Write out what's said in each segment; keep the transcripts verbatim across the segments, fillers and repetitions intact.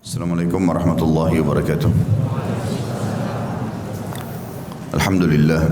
Assalamualaikum warahmatullahi wabarakatuh. Alhamdulillah,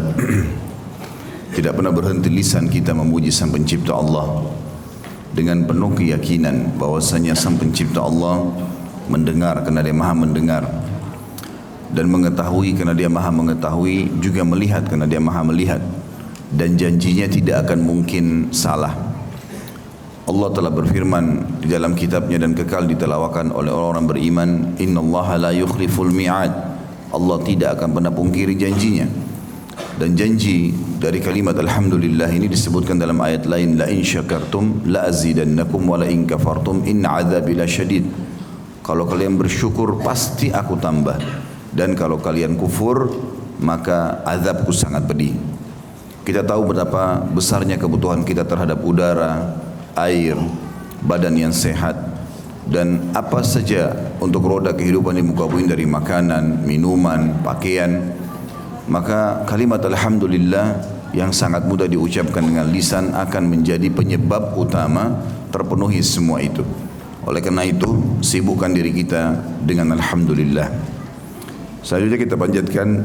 tidak pernah berhenti lisan kita memuji Sang Pencipta Allah dengan penuh keyakinan bahwasanya Sang Pencipta Allah mendengar karena Dia Maha mendengar, dan mengetahui karena Dia Maha mengetahui, juga melihat karena Dia Maha melihat, dan janjinya tidak akan mungkin salah. Allah telah berfirman di dalam kitabnya dan kekal ditelawakan oleh orang-orang beriman, innallaha la yukhliful mi'ad. Allah tidak akan pernah pungkiri janjinya. Dan janji dari kalimat alhamdulillah ini disebutkan dalam ayat lain, la in syakartum la azidannakum wa la in kafartum inna adzabi lasyadid. Kalau kalian bersyukur pasti aku tambah, dan kalau kalian kufur maka azabku sangat pedih. Kita tahu betapa besarnya kebutuhan kita terhadap udara, air, badan yang sehat, dan apa saja untuk roda kehidupan di muka bumi dari makanan, minuman, pakaian. Maka kalimat alhamdulillah yang sangat mudah diucapkan dengan lisan akan menjadi penyebab utama terpenuhi semua itu. Oleh karena itu, sibukkan diri kita dengan alhamdulillah. Selanjutnya kita panjatkan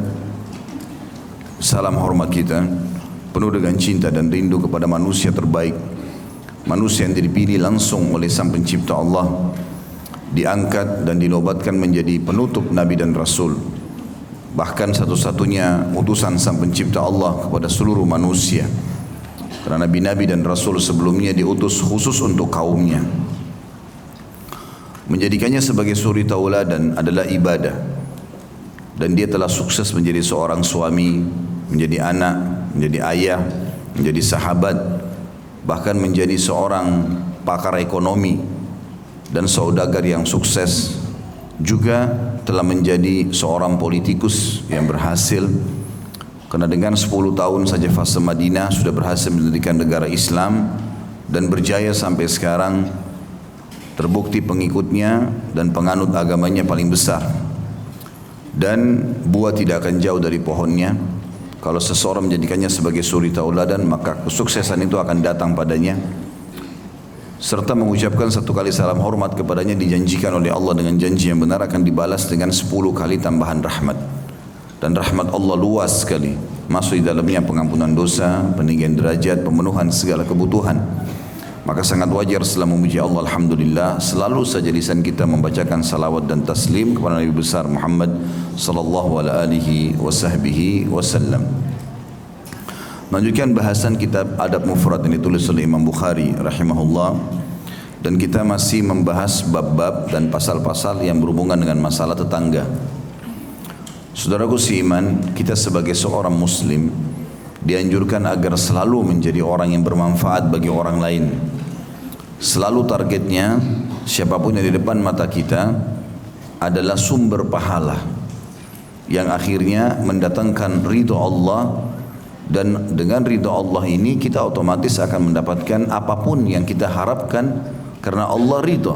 salam hormat kita penuh dengan cinta dan rindu kepada manusia terbaik, manusia yang dipilih langsung oleh Sang Pencipta Allah, diangkat dan dinobatkan menjadi penutup Nabi dan Rasul, bahkan satu-satunya utusan Sang Pencipta Allah kepada seluruh manusia, karena Nabi-Nabi dan Rasul sebelumnya diutus khusus untuk kaumnya. Menjadikannya sebagai suri tauladan adalah ibadah, dan dia telah sukses menjadi seorang suami, menjadi anak, menjadi ayah, menjadi sahabat, bahkan menjadi seorang pakar ekonomi dan saudagar yang sukses. Juga telah menjadi seorang politikus yang berhasil, karena dengan sepuluh tahun saja fase Madinah sudah berhasil mendirikan negara Islam dan berjaya sampai sekarang. Terbukti pengikutnya dan penganut agamanya paling besar, dan buah tidak akan jauh dari pohonnya. Kalau seseorang menjadikannya sebagai suri tauladan, maka kesuksesan itu akan datang padanya. Serta mengucapkan satu kali salam hormat kepadanya dijanjikan oleh Allah dengan janji yang benar akan dibalas dengan sepuluh kali tambahan rahmat. Dan rahmat Allah luas sekali, masuk di dalamnya pengampunan dosa, peninggian derajat, pemenuhan segala kebutuhan. Maka sangat wajar setelah memuji Allah alhamdulillah, selalu saja lisan kita membacakan salawat dan taslim kepada Nabi besar Muhammad sallallahu alaihi wasallam. Melanjutkan bahasan kitab Adab Mufrad yang ditulis oleh Imam Bukhari rahimahullah, dan kita masih membahas bab-bab dan pasal-pasal yang berhubungan dengan masalah tetangga. Saudaraku seiman, kita sebagai seorang muslim dianjurkan agar selalu menjadi orang yang bermanfaat bagi orang lain. Selalu targetnya siapapun yang di depan mata kita adalah sumber pahala yang akhirnya mendatangkan ridho Allah, dan dengan ridho Allah ini kita otomatis akan mendapatkan apapun yang kita harapkan karena Allah ridho.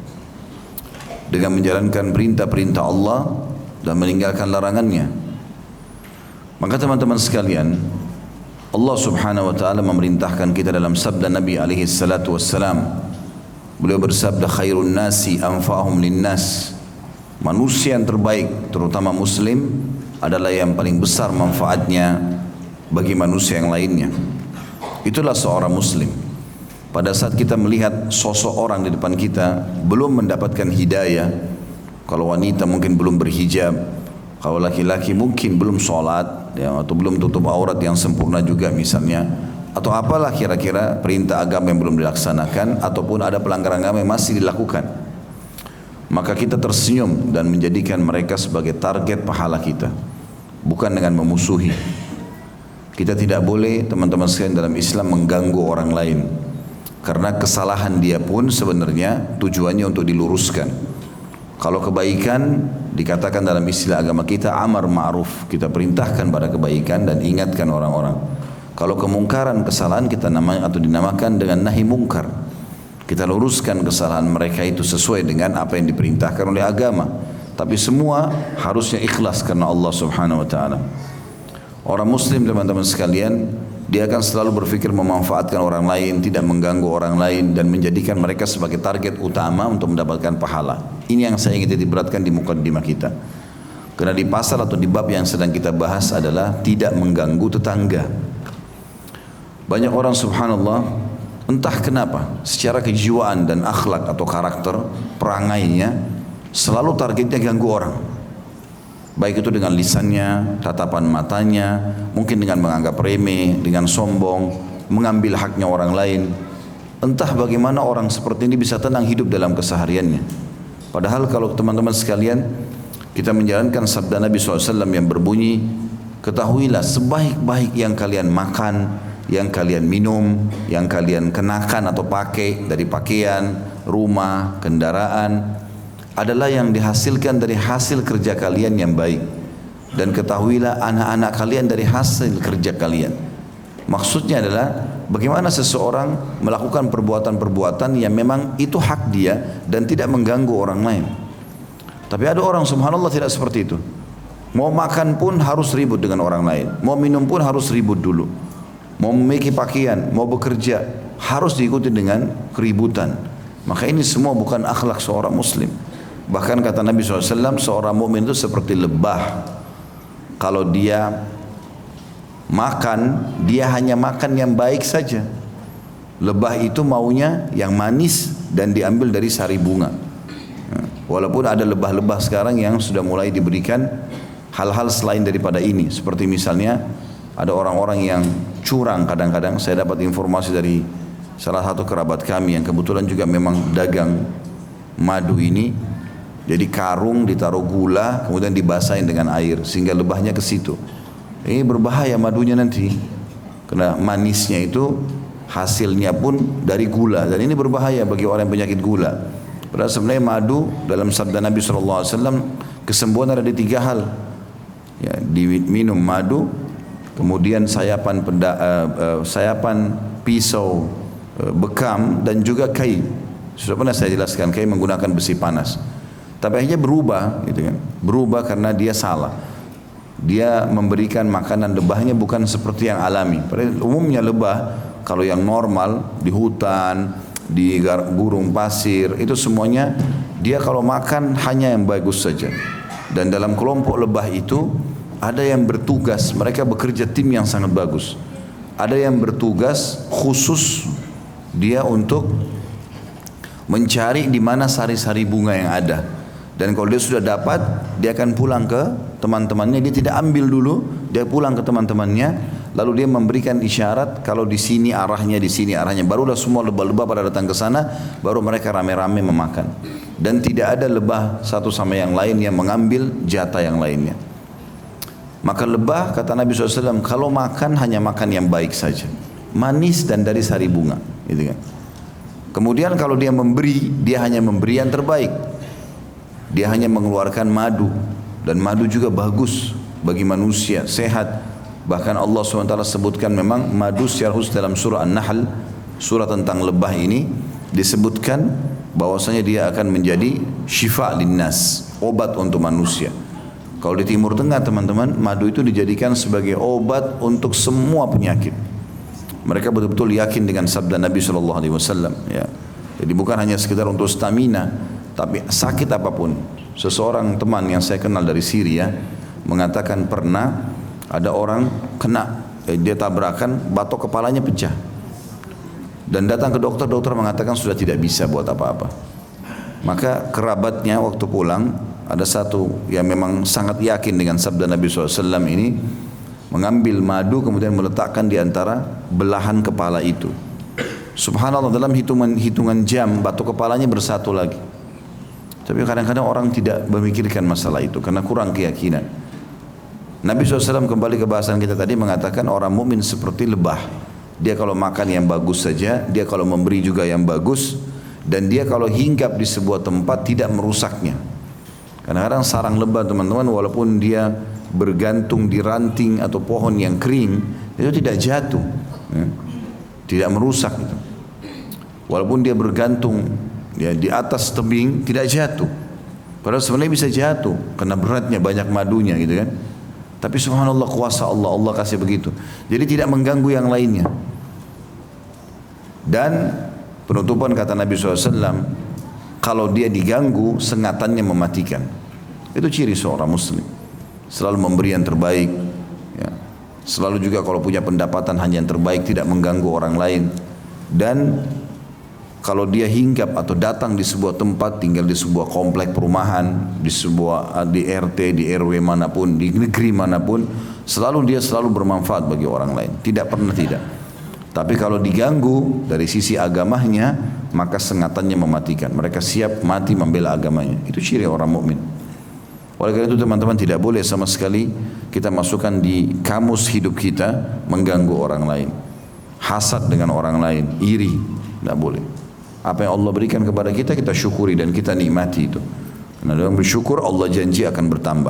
Dengan menjalankan perintah-perintah Allah dan meninggalkan larangannya. Maka teman-teman sekalian, Allah subhanahu wa ta'ala memerintahkan kita dalam sabda Nabi alaihi salatu wassalam. Beliau bersabda, khairun nasi anfa'hum linnas. Manusia yang terbaik, terutama muslim, adalah yang paling besar manfaatnya bagi manusia yang lainnya. Itulah seorang muslim. Pada saat kita melihat sosok orang di depan kita belum mendapatkan hidayah, kalau wanita mungkin belum berhijab, kalau laki-laki mungkin belum sholat, ya, atau belum tutup aurat yang sempurna juga misalnya, atau apalah kira-kira perintah agama yang belum dilaksanakan, ataupun ada pelanggaran agama yang masih dilakukan, maka kita tersenyum dan menjadikan mereka sebagai target pahala kita, bukan dengan memusuhi. Kita tidak boleh teman-teman sekalian dalam Islam mengganggu orang lain, karena kesalahan dia pun sebenarnya tujuannya untuk diluruskan. Kalau kebaikan dikatakan dalam istilah agama kita amar ma'ruf, kita perintahkan pada kebaikan dan ingatkan orang-orang. Kalau kemungkaran, kesalahan, kita namanya atau dinamakan dengan nahi mungkar. Kita luruskan kesalahan mereka itu sesuai dengan apa yang diperintahkan oleh agama. Tapi semua harusnya ikhlas karena Allah subhanahu wa ta'ala. Orang muslim teman-teman sekalian Dia akan selalu berpikir memanfaatkan orang lain, tidak mengganggu orang lain, dan menjadikan mereka sebagai target utama untuk mendapatkan pahala. Ini yang saya ingin diberatkan di mukaddimah kita. Karena di pasal atau di bab yang sedang kita bahas adalah tidak mengganggu tetangga. Banyak orang subhanallah, entah kenapa, secara kejiwaan dan akhlak atau karakter, perangainya, selalu targetnya ganggu orang. Baik itu dengan lisannya, tatapan matanya, mungkin dengan menganggap remeh, dengan sombong, mengambil haknya orang lain. Entah bagaimana orang seperti ini bisa tenang hidup dalam kesehariannya. Padahal kalau teman-teman sekalian, kita menjalankan sabda Nabi shallallahu alaihi wasallam yang berbunyi, ketahuilah sebaik-baik yang kalian makan, yang kalian minum, yang kalian kenakan atau pakai dari pakaian, rumah, kendaraan, adalah yang dihasilkan dari hasil kerja kalian yang baik. Dan ketahuilah anak-anak kalian dari hasil kerja kalian. Maksudnya adalah bagaimana seseorang melakukan perbuatan-perbuatan yang memang itu hak dia dan tidak mengganggu orang lain. Tapi ada orang subhanallah tidak seperti itu. Mau makan pun harus ribut dengan orang lain. Mau minum pun harus ribut dulu. Mau memiliki pakaian, mau bekerja, harus diikuti dengan keributan. Maka ini semua bukan akhlak seorang muslim. Bahkan kata Nabi shallallahu alaihi wasallam, seorang mukmin itu seperti lebah. Kalau dia makan, dia hanya makan yang baik saja. Lebah itu maunya yang manis dan diambil dari sari bunga. Walaupun ada lebah-lebah sekarang yang sudah mulai diberikan hal-hal selain daripada ini. Seperti misalnya ada orang-orang yang curang kadang-kadang. Saya dapat informasi dari salah satu kerabat kami yang kebetulan juga memang dagang madu ini. Jadi karung ditaruh gula, kemudian dibasahin dengan air sehingga lebahnya ke situ. Ini berbahaya madunya nanti, karena manisnya itu hasilnya pun dari gula, dan ini berbahaya bagi orang yang penyakit gula. Padahal sebenarnya madu dalam sabda Nabi shallallahu alaihi wasallam kesembuhan ada di tiga hal. Ya, diminum madu, kemudian sayapan penda, uh, uh, sayapan pisau uh, bekam dan juga kai. Sudah pernah saya jelaskan, kai menggunakan besi panas. Tapi akhirnya berubah, gitu kan? Berubah karena dia salah. Dia memberikan makanan lebahnya bukan seperti yang alami. Padahal umumnya lebah kalau yang normal di hutan, di gurun pasir, itu semuanya dia kalau makan hanya yang bagus saja. Dan dalam kelompok lebah itu ada yang bertugas, mereka bekerja tim yang sangat bagus. Ada yang bertugas khusus dia untuk mencari di mana sari-sari bunga yang ada. Dan kalau dia sudah dapat, dia akan pulang ke teman-temannya. Dia tidak ambil dulu, dia pulang ke teman-temannya. Lalu dia memberikan isyarat kalau di sini arahnya, di sini arahnya. Barulah semua lebah-lebah pada datang ke sana, baru mereka rame-rame memakan. Dan tidak ada lebah satu sama yang lain yang mengambil jatah yang lainnya. Maka lebah, kata Nabi shallallahu alaihi wasallam, kalau makan hanya makan yang baik saja, manis dan dari sari bunga, gitu kan. Kemudian kalau dia memberi, dia hanya memberi yang terbaik. Dia hanya mengeluarkan madu, dan madu juga bagus bagi manusia, sehat. Bahkan Allah subhanahu wa taala sebutkan memang madu secara khusus dalam surah An-Nahl, surah tentang lebah ini, disebutkan bahwasanya dia akan menjadi syifa linnas, obat untuk manusia. Kalau di Timur Tengah teman-teman, madu itu dijadikan sebagai obat untuk semua penyakit. Mereka betul-betul yakin dengan sabda Nabi shallallahu alaihi wasallam. Ya. Jadi bukan hanya sekedar untuk stamina, tapi sakit apapun. Seseorang teman yang saya kenal dari Syria mengatakan pernah ada orang kena, eh, dia tabrakan, batok kepalanya pecah. Dan datang ke dokter, dokter mengatakan sudah tidak bisa buat apa-apa. Maka kerabatnya waktu pulang, ada satu yang memang sangat yakin dengan sabda Nabi shallallahu alaihi wasallam ini, mengambil madu kemudian meletakkan di antara belahan kepala itu. Subhanallah, dalam hitungan hitungan jam batuk kepalanya bersatu lagi. Tapi kadang-kadang orang tidak memikirkan masalah itu karena kurang keyakinan. Nabi shallallahu alaihi wasallam kembali ke bahasan kita tadi mengatakan orang mukmin seperti lebah. Dia kalau makan yang bagus saja, dia kalau memberi juga yang bagus, dan dia kalau hinggap di sebuah tempat tidak merusaknya. Kadang-kadang sarang lebah teman-teman, walaupun dia bergantung di ranting atau pohon yang kering, itu tidak jatuh, ya, tidak merusak itu. Walaupun dia bergantung ya di atas tebing, tidak jatuh. Padahal sebenarnya bisa jatuh karena beratnya, banyak madunya gitu kan. Tapi subhanallah kuasa Allah, Allah kasih begitu. Jadi tidak mengganggu yang lainnya. Dan penutupan kata Nabi shallallahu alaihi wasallam, kalau dia diganggu sengatannya mematikan. Itu ciri seorang muslim. Selalu memberi yang terbaik. Ya. Selalu juga kalau punya pendapatan hanya yang terbaik, tidak mengganggu orang lain. Dan kalau dia hinggap atau datang di sebuah tempat, tinggal di sebuah komplek perumahan, di sebuah di R T, di R W manapun, di negeri manapun, selalu dia selalu bermanfaat bagi orang lain. Tidak pernah tidak. Tapi kalau diganggu dari sisi agamanya, maka sengatannya mematikan. Mereka siap mati membela agamanya. Itu ciri orang mukmin. Oleh karena itu teman-teman, tidak boleh sama sekali kita masukkan di kamus hidup kita mengganggu orang lain. Hasad dengan orang lain, iri, tidak boleh. Apa yang Allah berikan kepada kita, kita syukuri dan kita nikmati itu. Karena dengan bersyukur Allah janji akan bertambah.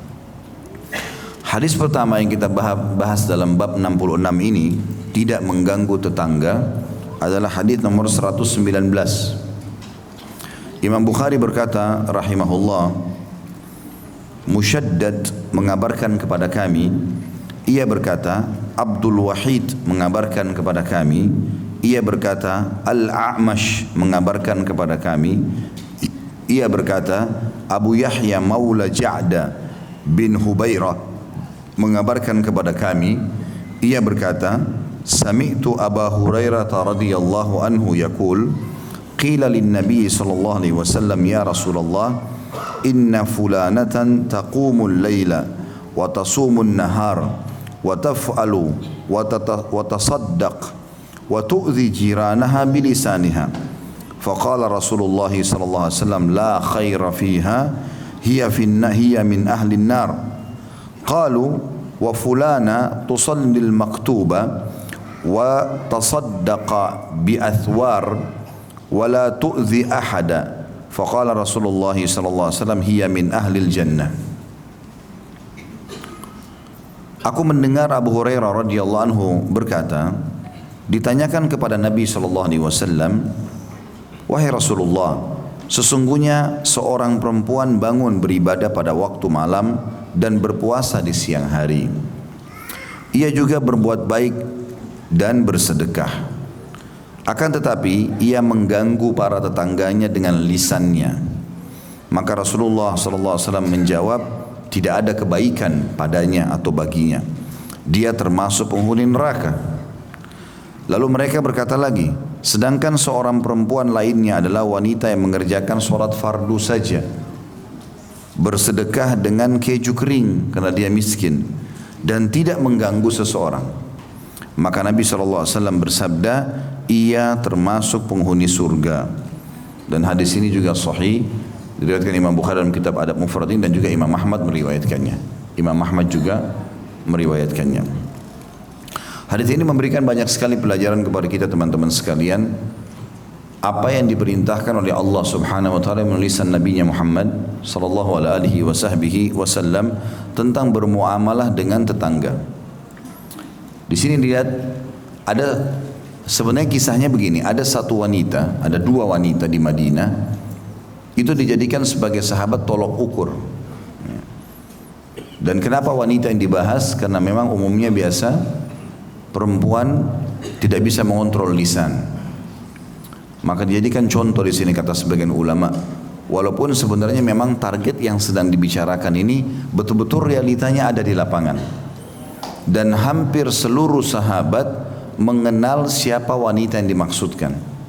Hadis pertama yang kita bahas dalam bab enam puluh enam ini, tidak mengganggu tetangga, adalah hadis nomor seratus sembilan belas. Imam Bukhari berkata rahimahullah, Musyaddad mengabarkan kepada kami, ia berkata, Abdul Wahid mengabarkan kepada kami, ia berkata, Al-A'mash mengabarkan kepada kami, ia berkata, Abu Yahya Maula Ja'da bin Hubairah mengabarkan kepada kami, ia berkata, Sami'tu Aba Hurairah radhiyallahu anhu yaqul, qila lin-nabi sallallahu alaihi wasallam, ya Rasulullah, inna fulanatan taqumul laila wa tasumun nahar wa taf'alu wa tasaddaq wa tu'zi jiranaha bilisaniha. Faqala Rasulullah sallallahu alaihi wasallam, la khaira fiha, hiya finna hiya min ahli an-nar. Qalu wa fulana tusalli al-maktuba wa tasaddaqa bi athwar wa la tu'zi ahada. Faqala Rasulullah sallallahu alaihi wasallam, hiya min ahli al-jannah. Aku mendengar Abu Hurairah radhiyallahu anhu berkata, ditanyakan kepada Nabi sallallahu alaihi wasallam, wahai Rasulullah, sesungguhnya seorang perempuan bangun beribadah pada waktu malam dan berpuasa di siang hari. Ia juga berbuat baik dan bersedekah. Akan tetapi ia mengganggu para tetangganya dengan lisannya. Maka Rasulullah sallallahu alaihi wasallam menjawab, tidak ada kebaikan padanya atau baginya. Dia termasuk penghuni neraka. Lalu mereka berkata lagi, sedangkan seorang perempuan lainnya adalah wanita yang mengerjakan sholat fardu saja, bersedekah dengan keju kering karena dia miskin, dan tidak mengganggu seseorang. Maka Nabi shallallahu alaihi wasallam bersabda, ia termasuk penghuni surga. Dan hadis ini juga sahih, diriwayatkan Imam Bukhari dalam kitab Adab Mufrad dan juga Imam Ahmad meriwayatkannya. Imam Ahmad juga meriwayatkannya. Hadis ini memberikan banyak sekali pelajaran kepada kita teman-teman sekalian. Apa yang diperintahkan oleh Allah Subhanahu wa taala melalui lisan Nabi-Nya Muhammad sallallahu alaihi wasallam tentang bermuamalah dengan tetangga. Di sini lihat ada sebenarnya kisahnya begini, ada satu wanita, ada dua wanita di Madinah itu dijadikan sebagai sahabat tolok ukur. Dan kenapa wanita yang dibahas? Karena memang umumnya biasa perempuan tidak bisa mengontrol lisan. Maka dijadikan contoh di sini kata sebagian ulama. Walaupun sebenarnya memang target yang sedang dibicarakan ini betul-betul realitanya ada di lapangan. Dan hampir seluruh sahabat mengenal siapa wanita yang dimaksudkan.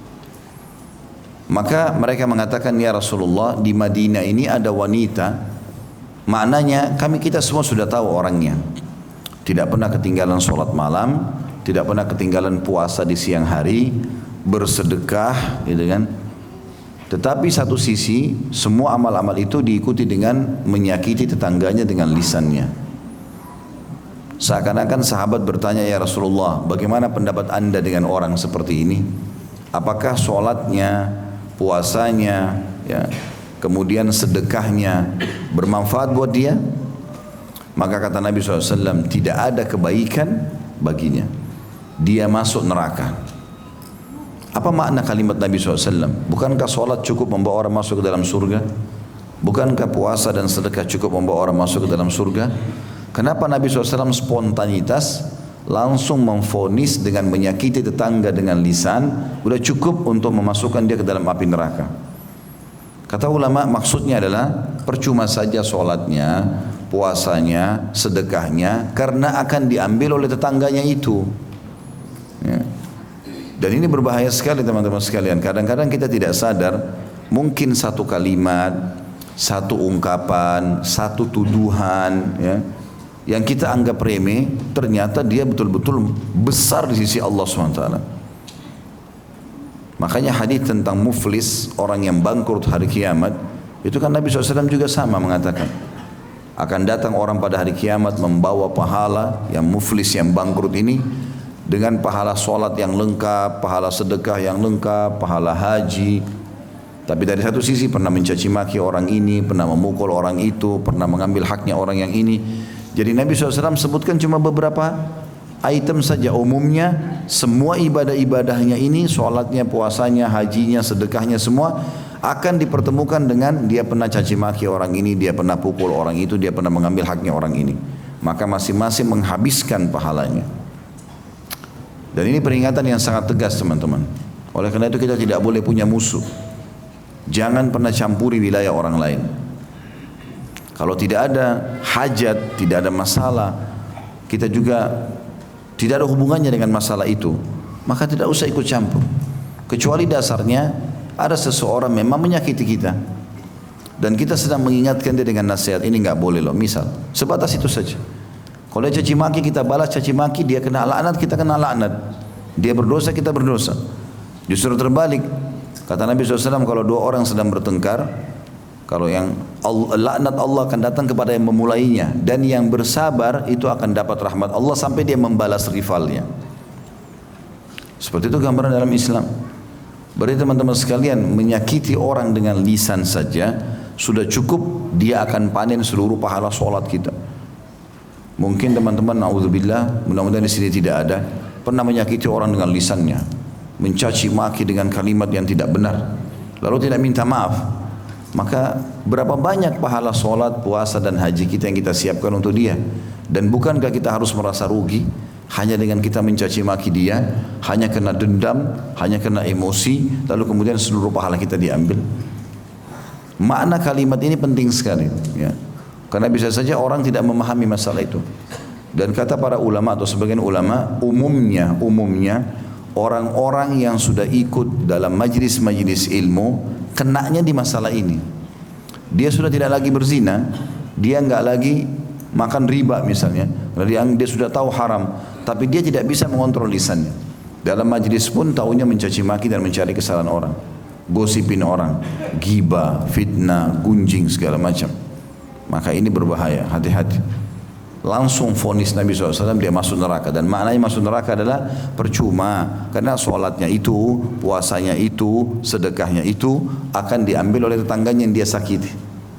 Maka mereka mengatakan, ya Rasulullah, di Madinah ini ada wanita, maknanya kami kita semua sudah tahu orangnya. Tidak pernah ketinggalan sholat malam, tidak pernah ketinggalan puasa di siang hari, bersedekah, gitu kan. Tetapi satu sisi, semua amal-amal itu diikuti dengan menyakiti tetangganya dengan lisannya. Seakan-akan sahabat bertanya, ya Rasulullah, bagaimana pendapat anda dengan orang seperti ini? Apakah sholatnya, puasanya, ya, kemudian sedekahnya bermanfaat buat dia? Maka kata Nabi shallallahu alaihi wasallam, tidak ada kebaikan baginya. Dia masuk neraka. Apa makna kalimat Nabi shallallahu alaihi wasallam? Bukankah sholat cukup membawa orang masuk ke dalam surga? Bukankah puasa dan sedekah cukup membawa orang masuk ke dalam surga? Kenapa Nabi shallallahu alaihi wasallam spontanitas langsung memvonis dengan menyakiti tetangga dengan lisan sudah cukup untuk memasukkan dia ke dalam api neraka? Kata ulama maksudnya adalah percuma saja sholatnya, puasanya, sedekahnya karena akan diambil oleh tetangganya itu. Ya. Dan ini berbahaya sekali teman-teman sekalian. Kadang-kadang kita tidak sadar, mungkin satu kalimat, satu ungkapan, satu tuduhan, ya, yang kita anggap remeh, ternyata dia betul-betul besar di sisi Allah subhanahu wa taala. Makanya hadis tentang muflis, orang yang bangkrut hari kiamat, itu kan Nabi shallallahu alaihi wasallam juga sama mengatakan, akan datang orang pada hari kiamat membawa pahala yang muflis, yang bangkrut ini, dengan pahala solat yang lengkap, pahala sedekah yang lengkap, pahala haji. Tapi dari satu sisi pernah mencaci maki orang ini, pernah memukul orang itu, pernah mengambil haknya orang yang ini. Jadi Nabi shallallahu alaihi wasallam sebutkan cuma beberapa item saja. Umumnya semua ibadah-ibadahnya ini, solatnya, puasanya, hajinya, sedekahnya, semua akan dipertemukan dengan dia pernah caci maki orang ini, dia pernah pukul orang itu, dia pernah mengambil haknya orang ini. Maka masing-masing menghabiskan pahalanya. Dan ini peringatan yang sangat tegas teman-teman. Oleh karena itu kita tidak boleh punya musuh. Jangan pernah campuri wilayah orang lain. Kalau tidak ada hajat, tidak ada masalah, kita juga tidak ada hubungannya dengan masalah itu, maka tidak usah ikut campur. Kecuali dasarnya ada seseorang memang menyakiti kita dan kita sedang mengingatkan dia dengan nasihat, ini nggak boleh loh, misal sebatas itu saja. Kalau dia caci maki kita balas caci maki, dia kena laknat kita kena laknat, dia berdosa kita berdosa. Justru terbalik, kata Nabi shallallahu alaihi wasallam, kalau dua orang sedang bertengkar, kalau yang Allah, laknat Allah akan datang kepada yang memulainya, dan yang bersabar itu akan dapat rahmat Allah sampai dia membalas rivalnya. Seperti itu gambaran dalam Islam. Berarti teman-teman sekalian, menyakiti orang dengan lisan saja sudah cukup, dia akan panen seluruh pahala sholat kita. Mungkin teman-teman, na'udzubillah, mudah-mudahan di sini tidak ada, pernah menyakiti orang dengan lisannya, mencaci maki dengan kalimat yang tidak benar, lalu tidak minta maaf. Maka berapa banyak pahala sholat, puasa dan haji kita yang kita siapkan untuk dia. Dan bukankah kita harus merasa rugi hanya dengan kita mencaci maki dia, hanya kena dendam, hanya kena emosi, lalu kemudian seluruh pahala kita diambil. Makna kalimat ini penting sekali, ya. Karena bisa saja orang tidak memahami masalah itu. Dan kata para ulama atau sebagian ulama, umumnya umumnya orang-orang yang sudah ikut dalam majlis-majlis ilmu kenanya di masalah ini. Dia sudah tidak lagi berzina, dia enggak lagi makan riba misalnya, dia, dia sudah tahu haram, tapi dia tidak bisa mengontrol lisannya. Dalam majlis pun taunya mencaci maki dan mencari kesalahan orang, gosipin orang, ghibah, fitnah, gunjing segala macam. Maka ini berbahaya, hati-hati. Langsung vonis Nabi shallallahu alaihi wasallam dia masuk neraka. Dan maknanya masuk neraka adalah percuma, karena sholatnya itu, puasanya itu, sedekahnya itu akan diambil oleh tetangganya yang dia sakiti.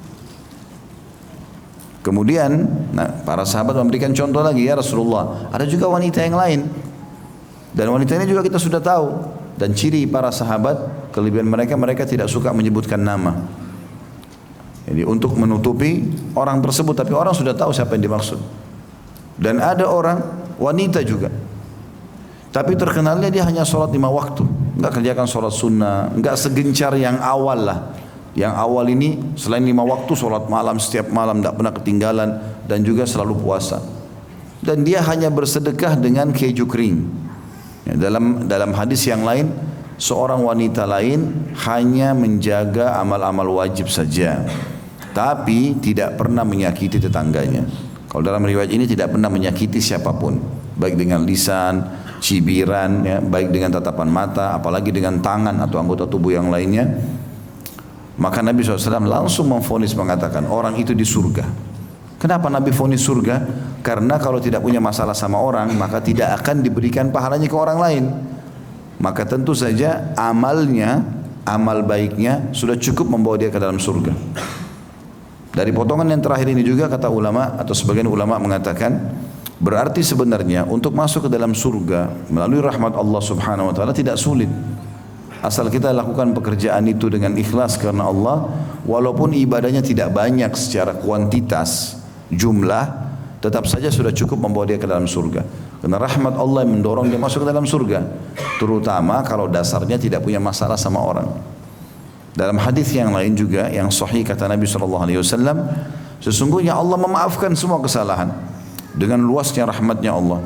Kemudian nah, para sahabat memberikan contoh lagi, ya Rasulullah, ada juga wanita yang lain, dan wanita ini juga kita sudah tahu. Dan ciri para sahabat, kelebihan mereka, mereka tidak suka menyebutkan nama. Jadi untuk menutupi orang tersebut, tapi orang sudah tahu siapa yang dimaksud. Dan ada orang wanita juga, tapi terkenalnya dia hanya sholat lima waktu, enggak kerjakan sholat sunnah, enggak segencar yang awal lah. Yang awal ini selain lima waktu sholat malam setiap malam, enggak pernah ketinggalan, dan juga selalu puasa. Dan dia hanya bersedekah dengan keju kering. Ya, dalam dalam hadis yang lain, seorang wanita lain hanya menjaga amal-amal wajib saja, tapi tidak pernah menyakiti tetangganya. Kalau dalam riwayat ini tidak pernah menyakiti siapapun, baik dengan lisan, cibiran, ya, baik dengan tatapan mata, apalagi dengan tangan atau anggota tubuh yang lainnya. Maka Nabi shallallahu alaihi wasallam langsung memvonis mengatakan orang itu di surga. Kenapa Nabi vonis surga? Karena kalau tidak punya masalah sama orang, maka tidak akan diberikan pahalanya ke orang lain. Maka tentu saja amalnya, amal baiknya sudah cukup membawa dia ke dalam surga. Dari potongan yang terakhir ini juga kata ulama atau sebagian ulama mengatakan, berarti sebenarnya untuk masuk ke dalam surga melalui rahmat Allah Subhanahu wa taala tidak sulit. Asal kita lakukan pekerjaan itu dengan ikhlas karena Allah, walaupun ibadahnya tidak banyak secara kuantitas, jumlah, tetap saja sudah cukup membawa dia ke dalam surga. Karena rahmat Allah yang mendorong dia masuk ke dalam surga, terutama kalau dasarnya tidak punya masalah sama orang. Dalam hadis yang lain juga yang sahih kata Nabi shallallahu alaihi wasallam, sesungguhnya Allah memaafkan semua kesalahan dengan luasnya rahmatnya Allah.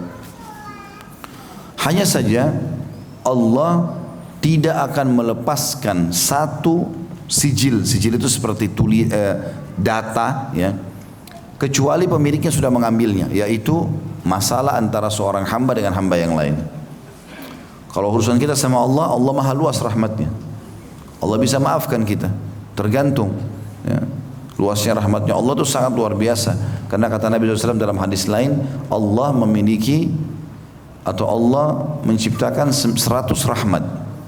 Hanya saja Allah tidak akan melepaskan satu sijil, sijil itu seperti tuli, eh, data ya, kecuali pemiliknya sudah mengambilnya, yaitu masalah antara seorang hamba dengan hamba yang lain. Kalau urusan kita sama Allah, Allah maha luas rahmatnya, Allah bisa maafkan kita, tergantung ya. Luasnya rahmatnya Allah itu sangat luar biasa. Karena kata Nabi shallallahu alaihi wasallam dalam hadis lain, Allah memiliki atau Allah menciptakan seratus rahmat.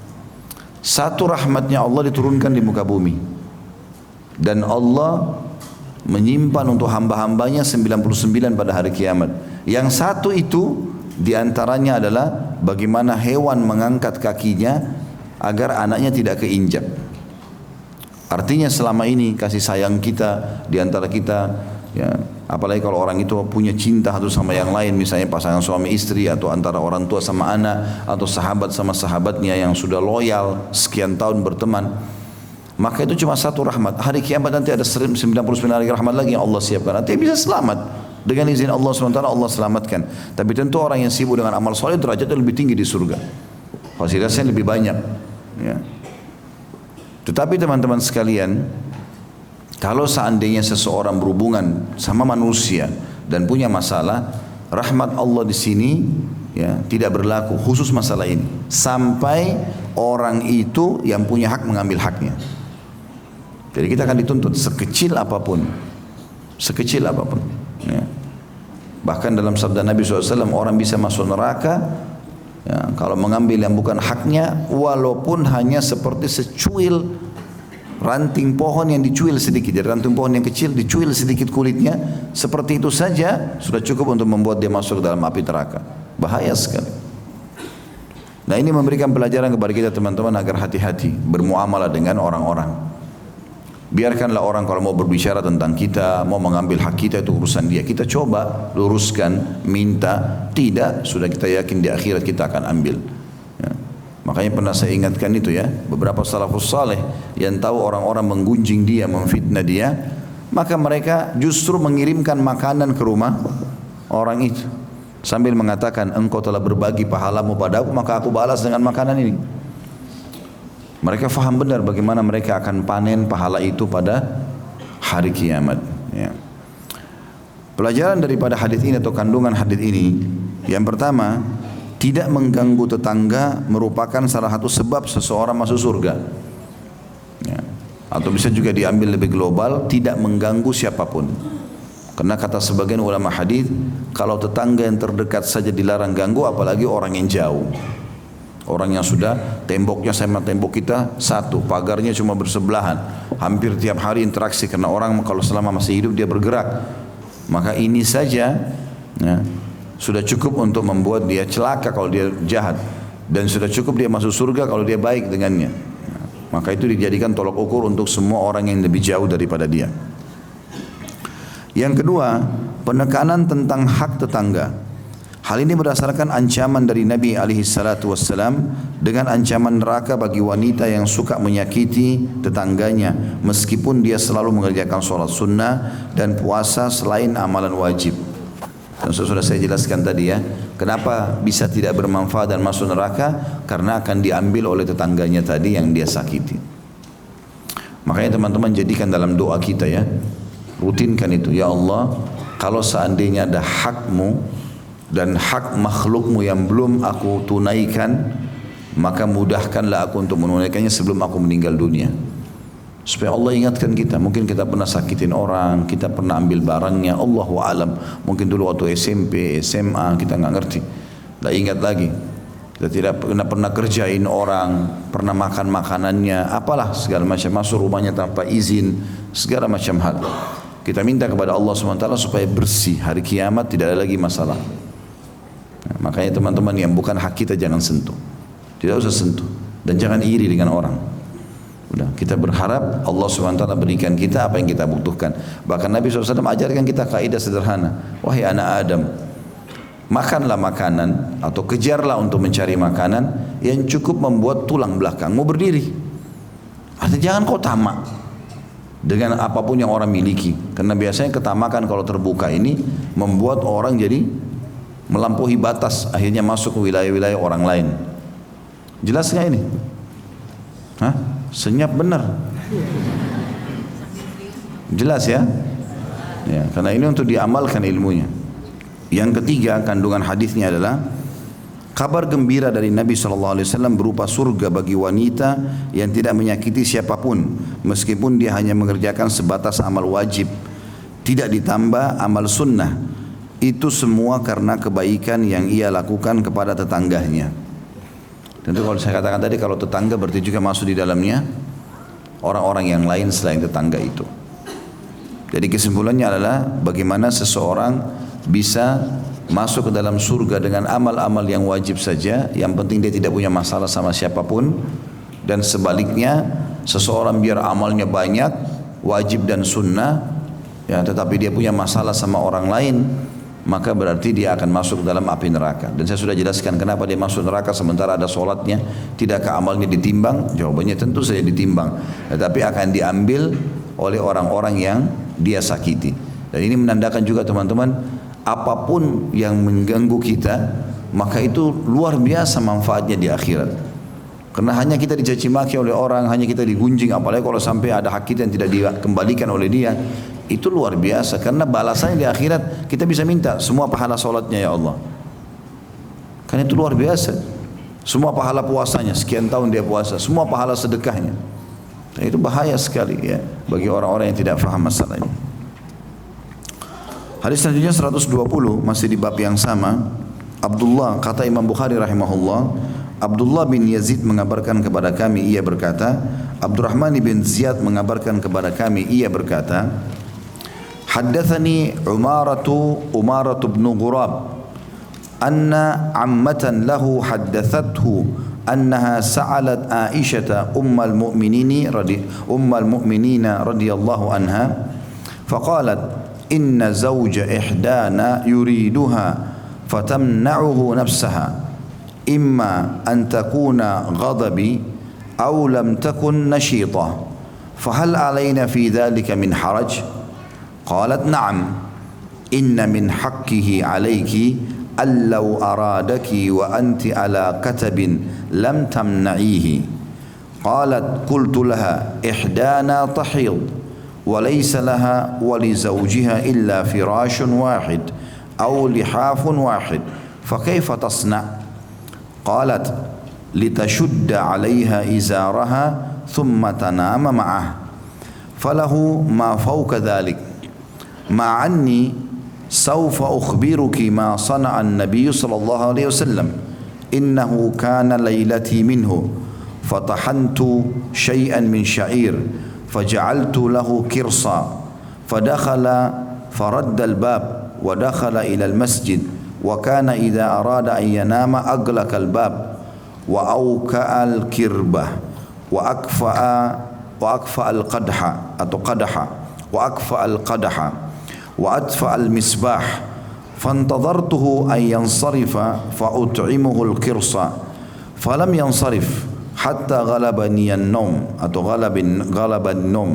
Satu rahmatnya Allah diturunkan di muka bumi, dan Allah menyimpan untuk hamba-hambanya sembilan puluh sembilan pada hari kiamat. Yang satu itu diantaranya adalah bagaimana hewan mengangkat kakinya agar anaknya tidak keinjak. Artinya selama ini kasih sayang kita diantara kita ya, apalagi kalau orang itu punya cinta satu sama yang lain, misalnya pasangan suami istri, atau antara orang tua sama anak, atau sahabat sama sahabatnya yang sudah loyal sekian tahun berteman, maka itu cuma satu rahmat. Hari kiamat nanti ada sembilan puluh sembilan rahmat lagi yang Allah siapkan, nanti bisa selamat dengan izin Allah subhanahu wa taala. Allah selamatkan. Tapi tentu orang yang sibuk dengan amal soleh derajatnya lebih tinggi di surga, fasilitasnya lebih banyak ya. Tetapi teman-teman sekalian, kalau seandainya seseorang berhubungan sama manusia dan punya masalah, rahmat Allah di sini ya tidak berlaku khusus masalah ini, sampai orang itu yang punya hak mengambil haknya. Jadi kita akan dituntut sekecil apapun, sekecil apapun ya. Bahkan dalam sabda Nabi shallallahu alaihi wasallam, orang bisa masuk neraka ya, kalau mengambil yang bukan haknya, walaupun hanya seperti secuil ranting pohon yang dicuil sedikit. Dari ranting pohon yang kecil dicuil sedikit kulitnya, seperti itu saja sudah cukup untuk membuat dia masuk dalam api neraka. Bahaya sekali. Nah, ini memberikan pelajaran kepada kita teman-teman agar hati-hati bermuamalah dengan orang-orang. Biarkanlah orang kalau mau berbicara tentang kita, mau mengambil hak kita, itu urusan dia. Kita coba luruskan, minta, tidak, sudah kita yakin di akhirat kita akan ambil ya. Makanya pernah saya ingatkan itu ya, beberapa salafus saleh yang tahu orang-orang menggunjing dia, memfitnah dia, maka mereka justru mengirimkan makanan ke rumah orang itu sambil mengatakan, engkau telah berbagi pahalamu padaku, maka aku balas dengan makanan ini. Mereka faham benar bagaimana mereka akan panen pahala itu pada hari kiamat ya. Pelajaran daripada hadis ini atau kandungan hadis ini, yang pertama, tidak mengganggu tetangga merupakan salah satu sebab seseorang masuk surga ya. Atau bisa juga diambil lebih global, tidak mengganggu siapapun. Karena kata sebagian ulama hadis, kalau tetangga yang terdekat saja dilarang ganggu, apalagi orang yang jauh. Orang yang sudah temboknya sama tembok kita satu, pagarnya cuma bersebelahan, hampir tiap hari interaksi, karena orang kalau selama masih hidup dia bergerak, maka ini saja ya, sudah cukup untuk membuat dia celaka kalau dia jahat, dan sudah cukup dia masuk surga kalau dia baik dengannya. Maka itu dijadikan tolok ukur untuk semua orang yang lebih jauh daripada dia. Yang kedua, penekanan tentang hak tetangga. Hal ini berdasarkan ancaman dari Nabi alaihi salatu wassalam dengan ancaman neraka bagi wanita yang suka menyakiti tetangganya meskipun dia selalu mengerjakan sholat sunnah dan puasa selain amalan wajib. Dan sudah saya jelaskan tadi ya, kenapa bisa tidak bermanfaat dan masuk neraka, karena akan diambil oleh tetangganya tadi yang dia sakiti. Makanya teman-teman jadikan dalam doa kita ya, rutinkan itu, ya Allah, kalau seandainya ada hakmu dan hak makhlukmu yang belum aku tunaikan, maka mudahkanlah aku untuk menunaikannya sebelum aku meninggal dunia. Supaya Allah ingatkan kita, mungkin kita pernah sakitin orang, kita pernah ambil barangnya, Allahu alam, mungkin dulu waktu S M P, S M A kita nggak ngerti, nggak ingat lagi. Kita tidak pernah pernah kerjain orang, pernah makan makanannya, apalah segala macam, masuk rumahnya tanpa izin, segala macam hal. Kita minta kepada Allah subhanahu wa taala supaya bersih, hari kiamat tidak ada lagi masalah. Nah, makanya teman-teman, yang bukan hak kita jangan sentuh, tidak usah sentuh, dan jangan iri dengan orang. Udah, kita berharap Allah subhanahu wa taala berikan kita apa yang kita butuhkan. Bahkan Nabi shallallahu alaihi wasallam ajarkan kita kaidah sederhana. Wahai anak Adam, makanlah makanan atau kejarlah untuk mencari makanan yang cukup membuat tulang belakangmu berdiri. Artinya jangan kau tamak dengan apapun yang orang miliki. Karena biasanya ketamakan kalau terbuka ini membuat orang jadi melampaui batas, akhirnya masuk ke wilayah-wilayah orang lain. Jelas nggak ini? Hah? Senyap benar. Jelas ya? Ya, karena ini untuk diamalkan ilmunya. Yang ketiga, kandungan hadisnya adalah kabar gembira dari Nabi shallallahu alaihi wasallam berupa surga bagi wanita yang tidak menyakiti siapapun, meskipun dia hanya mengerjakan sebatas amal wajib, tidak ditambah amal sunnah. Itu semua karena kebaikan yang ia lakukan kepada tetangganya. Tentu kalau saya katakan tadi, kalau tetangga berarti juga masuk di dalamnya orang-orang yang lain selain tetangga itu. Jadi kesimpulannya adalah bagaimana seseorang bisa masuk ke dalam surga dengan amal-amal yang wajib saja, yang penting dia tidak punya masalah sama siapapun. Dan sebaliknya, seseorang biar amalnya banyak, wajib dan sunnah, ya, tetapi dia punya masalah sama orang lain, maka berarti dia akan masuk dalam api neraka. Dan saya sudah jelaskan kenapa dia masuk neraka sementara ada solatnya. Tidakkah amalnya ditimbang? Jawabannya tentu saja ditimbang, tetapi akan diambil oleh orang-orang yang dia sakiti. Dan ini menandakan juga teman-teman, apapun yang mengganggu kita, maka itu luar biasa manfaatnya di akhirat. Karena hanya kita dicaci maki oleh orang, hanya kita digunjing, apalagi kalau sampai ada hak kita yang tidak dikembalikan oleh dia, itu luar biasa. Karena balasannya di akhirat kita bisa minta semua pahala solatnya ya Allah. Karena itu luar biasa. Semua pahala puasanya, sekian tahun dia puasa, semua pahala sedekahnya. Dan itu bahaya sekali ya bagi orang-orang yang tidak faham masalah ini. Hadis selanjutnya seratus dua puluh, masih di bab yang sama. Abdullah, kata Imam Bukhari rahimahullah, Abdullah bin Yazid mengabarkan kepada kami, ia berkata, Abdurrahman bin Ziyad mengabarkan kepada kami, ia berkata, Haddathani Umaratu Umaratu bin Ghurab anna ammatan lahu haddathathu annaha sa'alat Aisyah ummul mu'minini radhi ummul mu'minina radhiyallahu anha faqalat inna zawja ihdana yuriduha fatamna'uhu nafsaha imma an takuna ghadabi aw lam takun nashita fahal alayna fi dhalika min haraj. قالت نعم إن من حقه عليك أن لو أرادك وأنت على كتب لم تمنعيه. قالت قلت لها إحدانا تحيض وليس لها ولزوجها إلا فراش واحد أو لحاف واحد فكيف تصنع؟ قالت لتشد عليها إزارها ثم تنام معه فله ما فوق ذلك مع أني سوف أخبرك ما صنع النبي صلى الله عليه وسلم إنه كان ليلتي منه فطحنت شيئا من شعير فجعلت له كرصا فدخل فرد الباب ودخل إلى المسجد وكان إذا أراد أن ينام أغلق الباب وأوكأ الكربة وأكفأ وأكفأ القدح أو قدح وأكفأ القدح وأدفأ المصباح فانتظرته أن ينصرف فأطعمه القرص فلم ينصرف حتى غلبني النوم أو غلب غلب النوم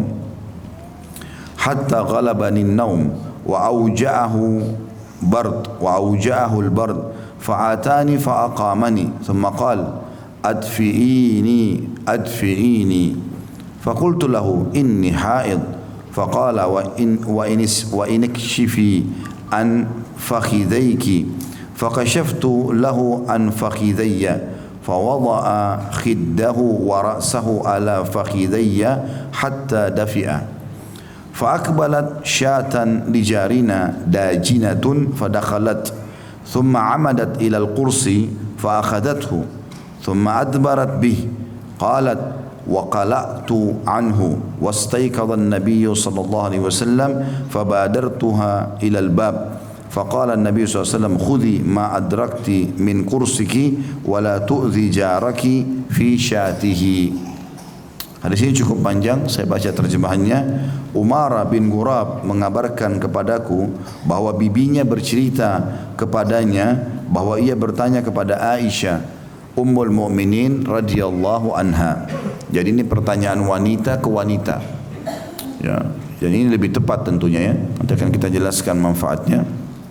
حتى غلبني النوم وأوجعه برد وأوجعه البرد فآتاني فأقامني ثم قال أدفئيني أدفئيني فقلت له إني حائض فقال وإن وإن وإن اكشفي عن فخذيك فكشفت له عن فخذي فوضع خده ورأسه على فخذي حتى دفئ فأقبلت شاة لجارنا داجنة فدخلت ثم عمدت إلى القرص فأخذته ثم أدبرت به قالت وقلعت عنه واستيقظ النبي صلى الله عليه وسلم فبادرتها إلى الباب فقال النبي صلى الله عليه وسلم خذي ما أدركت من قرصك ولا تؤذي جارك في شاته. Hadis ini cukup panjang, saya baca terjemahannya. Umarah bin Ghurab mengabarkan kepadaku bahwa bibinya bercerita kepadanya bahwa ia bertanya kepada Aisyah Ummul Mukminin radhiyallahu anha. Jadi ini pertanyaan wanita ke wanita. Ya, jadi ini lebih tepat tentunya ya. Nanti akan kita jelaskan manfaatnya.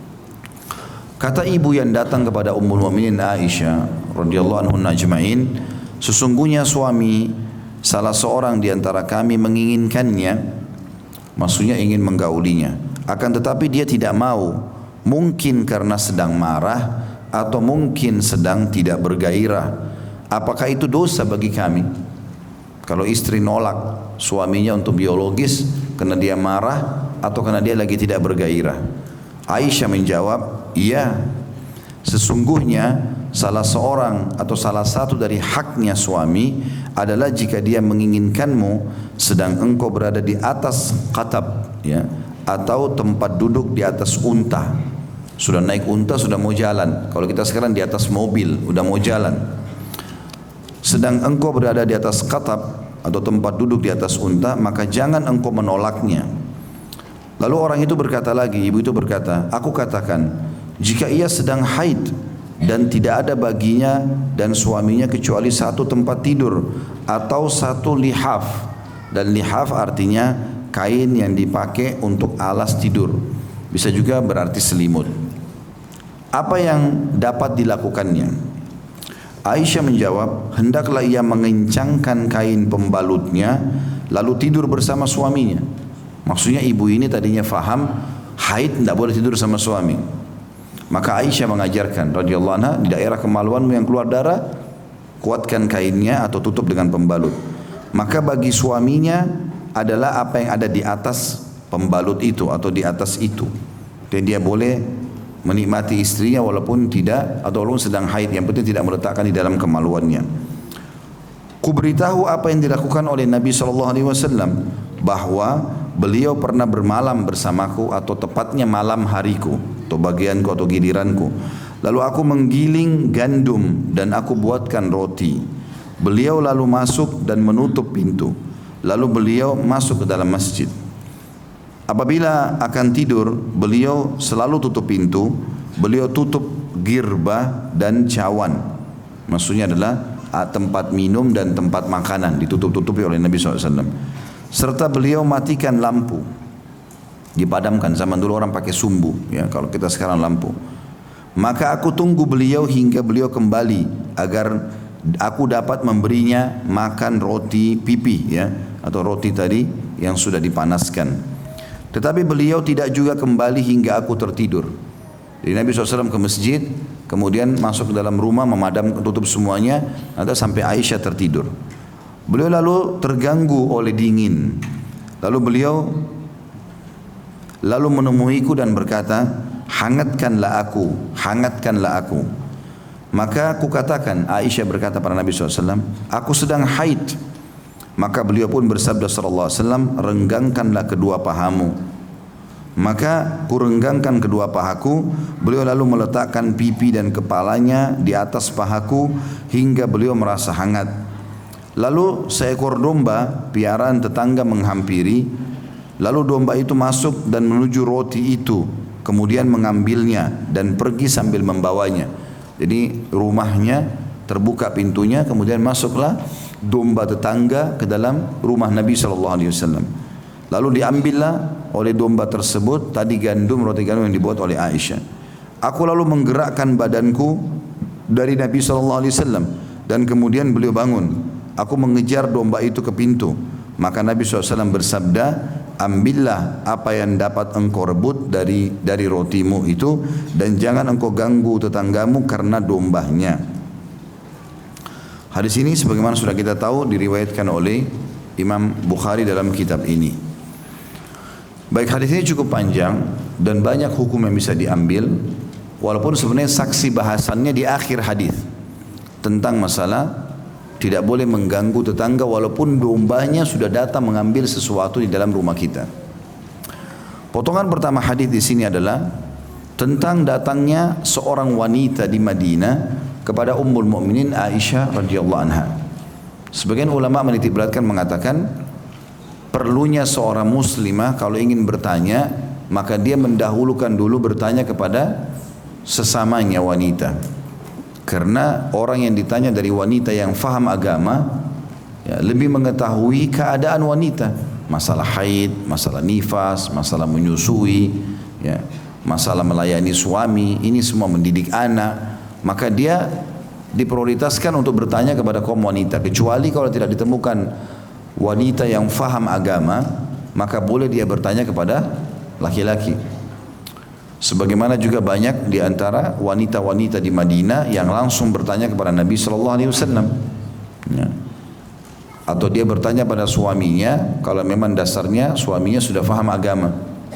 Kata ibu yang datang kepada Ummul Mukminin Aisyah radhiyallahu anha ajma'in, sesungguhnya suami salah seorang di antara kami menginginkannya, maksudnya ingin menggaulinya, akan tetapi dia tidak mau, mungkin karena sedang marah atau mungkin sedang tidak bergairah. Apakah itu dosa bagi kami? Kalau istri nolak suaminya untuk biologis karena dia marah atau karena dia lagi tidak bergairah? Aisyah menjawab, iya, sesungguhnya salah seorang atau salah satu dari haknya suami adalah jika dia menginginkanmu sedang engkau berada di atas qatab, ya, atau tempat duduk di atas unta. Sudah naik unta, sudah mau jalan. Kalau kita sekarang di atas mobil, udah mau jalan. Sedang engkau berada di atas qatab atau tempat duduk di atas unta, maka jangan engkau menolaknya. Lalu orang itu berkata lagi, ibu itu berkata, aku katakan, jika ia sedang haid dan tidak ada baginya dan suaminya kecuali satu tempat tidur atau satu lihaf, dan lihaf artinya kain yang dipakai untuk alas tidur, bisa juga berarti selimut. Apa yang dapat dilakukannya? Aisyah menjawab, hendaklah ia mengencangkan kain pembalutnya lalu tidur bersama suaminya. Maksudnya ibu ini tadinya faham haid tidak boleh tidur sama suami. Maka Aisyah mengajarkan radhiyallahu anha, di daerah kemaluanmu yang keluar darah, kuatkan kainnya atau tutup dengan pembalut. Maka bagi suaminya adalah apa yang ada di atas pembalut itu atau di atas itu. Dan dia boleh menikmati istrinya walaupun tidak atau walaupun sedang haid, yang penting tidak meletakkan di dalam kemaluannya. Kuberitahu apa yang dilakukan oleh Nabi shallallahu alaihi wasallam, bahwa beliau pernah bermalam bersamaku atau tepatnya malam hariku atau bagianku atau giliranku. Lalu aku menggiling gandum dan aku buatkan roti. Beliau lalu masuk dan menutup pintu. Lalu beliau masuk ke dalam masjid. Apabila akan tidur, beliau selalu tutup pintu. Beliau tutup girbah dan cawan. Maksudnya adalah tempat minum dan tempat makanan ditutup-tutupi oleh Nabi shallallahu alaihi wasallam. Serta beliau matikan lampu, dipadamkan. Zaman dulu orang pakai sumbu, ya, kalau kita sekarang lampu. Maka aku tunggu beliau hingga beliau kembali agar aku dapat memberinya makan roti pipi, ya, atau roti tadi yang sudah dipanaskan. Tetapi beliau tidak juga kembali hingga aku tertidur. Jadi Nabi shallallahu alaihi wasallam ke masjid, kemudian masuk ke dalam rumah, memadam, tutup semuanya, nanti sampai Aisyah tertidur. Beliau lalu terganggu oleh dingin. Lalu beliau lalu menemuiku dan berkata, hangatkanlah aku, hangatkanlah aku. Maka aku katakan, Aisyah berkata pada Nabi shallallahu alaihi wasallam, aku sedang haid. Maka beliau pun bersabda sallallahu alaihi wasallam, renggangkanlah kedua pahamu. Maka kurenggangkan kedua pahaku. Beliau lalu meletakkan pipi dan kepalanya di atas pahaku hingga beliau merasa hangat. Lalu seekor domba piaraan tetangga menghampiri. Lalu domba itu masuk dan menuju roti itu, kemudian mengambilnya dan pergi sambil membawanya. Jadi rumahnya terbuka pintunya, kemudian masuklah domba tetangga ke dalam rumah Nabi shallallahu alaihi wasallam. Lalu diambillah oleh domba tersebut tadi gandum, roti gandum yang dibuat oleh Aisyah. Aku lalu menggerakkan badanku dari Nabi shallallahu alaihi wasallam dan kemudian beliau bangun. Aku mengejar domba itu ke pintu. Maka Nabi shallallahu alaihi wasallam bersabda, ambillah apa yang dapat engkau rebut dari dari rotimu itu dan jangan engkau ganggu tetanggamu karena dombanya. Hadis ini sebagaimana sudah kita tahu diriwayatkan oleh Imam Bukhari dalam kitab ini. Baik, hadis ini cukup panjang dan banyak hukum yang bisa diambil, walaupun sebenarnya saksi bahasannya di akhir hadis tentang masalah tidak boleh mengganggu tetangga walaupun dombanya sudah datang mengambil sesuatu di dalam rumah kita. Potongan pertama hadis di sini adalah tentang datangnya seorang wanita di Madinah kepada Ummul Mukminin Aisyah radhiyallahu anha. Sebagian ulama menitik beratkan mengatakan perlunya seorang muslimah kalau ingin bertanya maka dia mendahulukan dulu bertanya kepada sesamanya wanita. Karena orang yang ditanya dari wanita yang faham agama ya, lebih mengetahui keadaan wanita, masalah haid, masalah nifas, masalah menyusui, ya, masalah melayani suami, ini semua mendidik anak, maka dia diprioritaskan untuk bertanya kepada kaum wanita. Kecuali kalau tidak ditemukan wanita yang faham agama, maka boleh dia bertanya kepada laki-laki. Sebagaimana juga banyak di antara wanita-wanita di Madinah yang langsung bertanya kepada Nabi Shallallahu Alaihi Wasallam, ya. Atau dia bertanya pada suaminya kalau memang dasarnya suaminya sudah faham agama.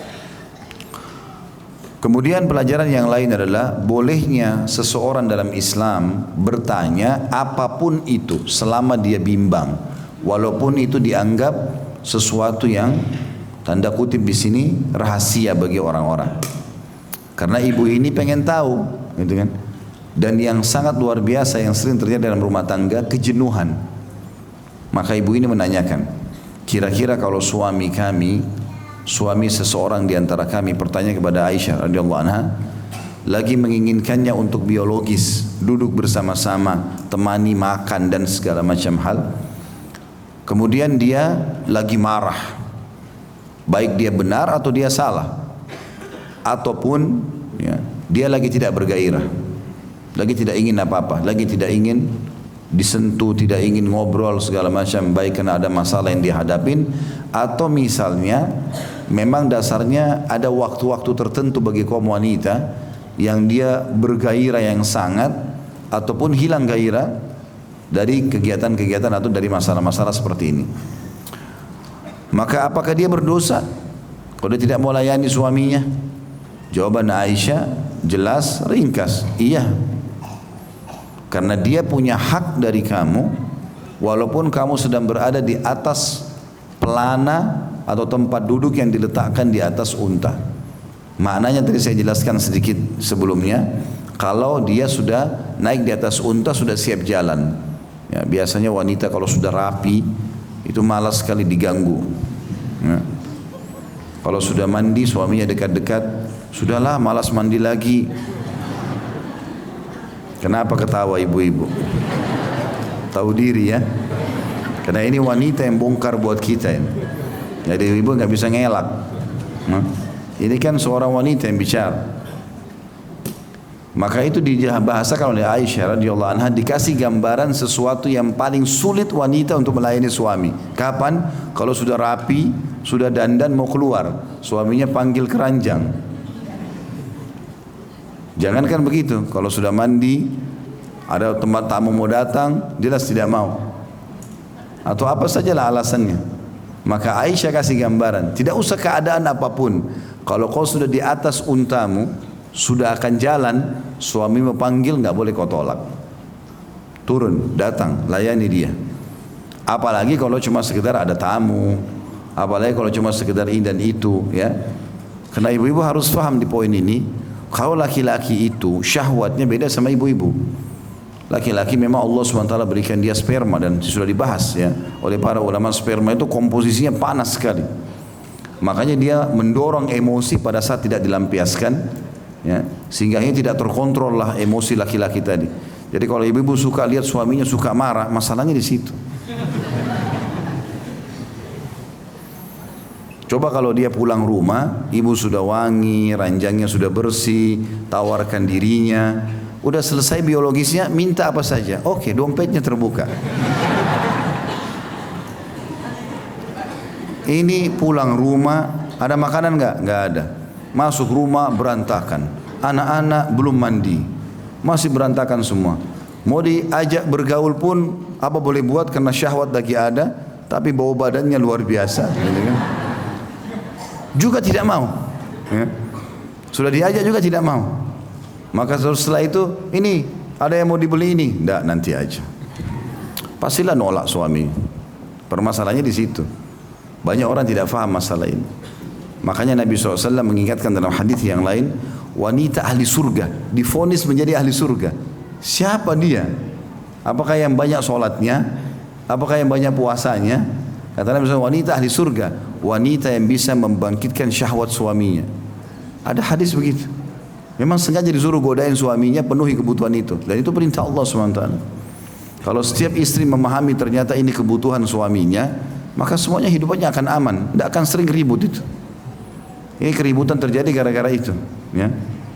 Kemudian pelajaran yang lain adalah bolehnya seseorang dalam Islam bertanya apapun itu selama dia bimbang, walaupun itu dianggap sesuatu yang tanda kutip di sini rahasia bagi orang-orang. Karena ibu ini pengen tahu, gitu kan? Dan yang sangat luar biasa yang sering terjadi dalam rumah tangga, kejenuhan. Maka ibu ini menanyakan, kira-kira kalau suami kami, suami seseorang di antara kami bertanya kepada Aisyah radhiyallahu anha, lagi menginginkannya untuk biologis, duduk bersama-sama, temani makan dan segala macam hal. Kemudian dia lagi marah, baik dia benar atau dia salah, ataupun ya, dia lagi tidak bergairah, lagi tidak ingin apa-apa, lagi tidak ingin disentuh, tidak ingin ngobrol segala macam, baik karena ada masalah yang dihadapin, atau misalnya memang dasarnya ada waktu-waktu tertentu bagi kaum wanita yang dia bergairah yang sangat, ataupun hilang gairah dari kegiatan-kegiatan atau dari masalah-masalah seperti ini. Maka apakah dia berdosa kalau dia tidak mau layani suaminya? Jawaban Aisyah jelas, ringkas, iya. Karena dia punya hak dari kamu, walaupun kamu sedang berada di atas pelana atau tempat duduk yang diletakkan di atas unta. Maknanya tadi saya jelaskan sedikit sebelumnya, kalau dia sudah naik di atas unta sudah siap jalan. Ya, biasanya wanita kalau sudah rapi itu malas sekali diganggu. Ya. Kalau sudah mandi suaminya dekat-dekat, sudahlah malas mandi lagi. Kenapa ketawa ibu-ibu? Tahu diri ya. Karena ini wanita yang bongkar buat kita ini. Jadi ibu nggak bisa ngelak. Nah, ini kan seorang wanita yang bicara. Maka itu dibahasakan oleh Aisyah radhiyallahu anha, dikasih gambaran sesuatu yang paling sulit wanita untuk melayani suami. Kapan? Kalau sudah rapi, sudah dandan mau keluar, suaminya panggil keranjang. Jangankan begitu, kalau sudah mandi, ada tempat tamu mau datang, jelas tidak mau. Atau apa sajalah alasannya. Maka Aisyah kasih gambaran, tidak usah keadaan apapun. Kalau kau sudah di atas untamu, sudah akan jalan, suami memanggil, nggak boleh kau tolak. Turun, datang, layani dia. Apalagi kalau cuma sekedar ada tamu, apalagi kalau cuma sekedar ini dan itu, ya. Karena ibu-ibu harus paham di poin ini. Kalau laki-laki itu syahwatnya beda sama ibu-ibu. Laki-laki memang Allah subhanahu wa taala berikan dia sperma, dan sudah dibahas ya oleh para ulama, sperma itu komposisinya panas sekali. Makanya dia mendorong emosi pada saat tidak dilampiaskan, ya, sehingga ini tidak terkontrol lah emosi laki-laki tadi. Jadi kalau ibu-ibu suka lihat suaminya suka marah, masalahnya di situ. Coba kalau dia pulang rumah, ibu sudah wangi, ranjangnya sudah bersih, tawarkan dirinya, udah selesai biologisnya, minta apa saja, oke, dompetnya terbuka. Ini pulang rumah, ada makanan nggak? Nggak ada. Masuk rumah berantakan, anak-anak belum mandi, masih berantakan semua. Mau diajak bergaul pun apa boleh buat karena syahwat lagi ada, tapi bau badannya luar biasa. Gitu kan? Juga tidak mau, ya. Sudah diajak juga tidak mau. Maka setelah itu, ini ada yang mau dibeli ini, enggak, nanti aja. Pastilah nolak suami. Permasalahannya di situ. Banyak orang tidak faham masalah ini. Makanya Nabi shallallahu alaihi wasallam mengingatkan dalam hadis yang lain, wanita ahli surga divonis menjadi ahli surga. Siapa dia? Apakah yang banyak sholatnya, Apakah yang banyak puasanya? Kata Nabi shallallahu alaihi wasallam, wanita ahli surga, wanita yang bisa membangkitkan syahwat suaminya. Ada hadis begitu. Memang sengaja disuruh godain suaminya, penuhi kebutuhan itu. Dan itu perintah Allah subhanahu wa taala. Kalau setiap istri memahami ternyata ini kebutuhan suaminya, maka semuanya hidupnya akan aman, tidak akan sering ribut itu. Ini keributan terjadi gara-gara itu, ya.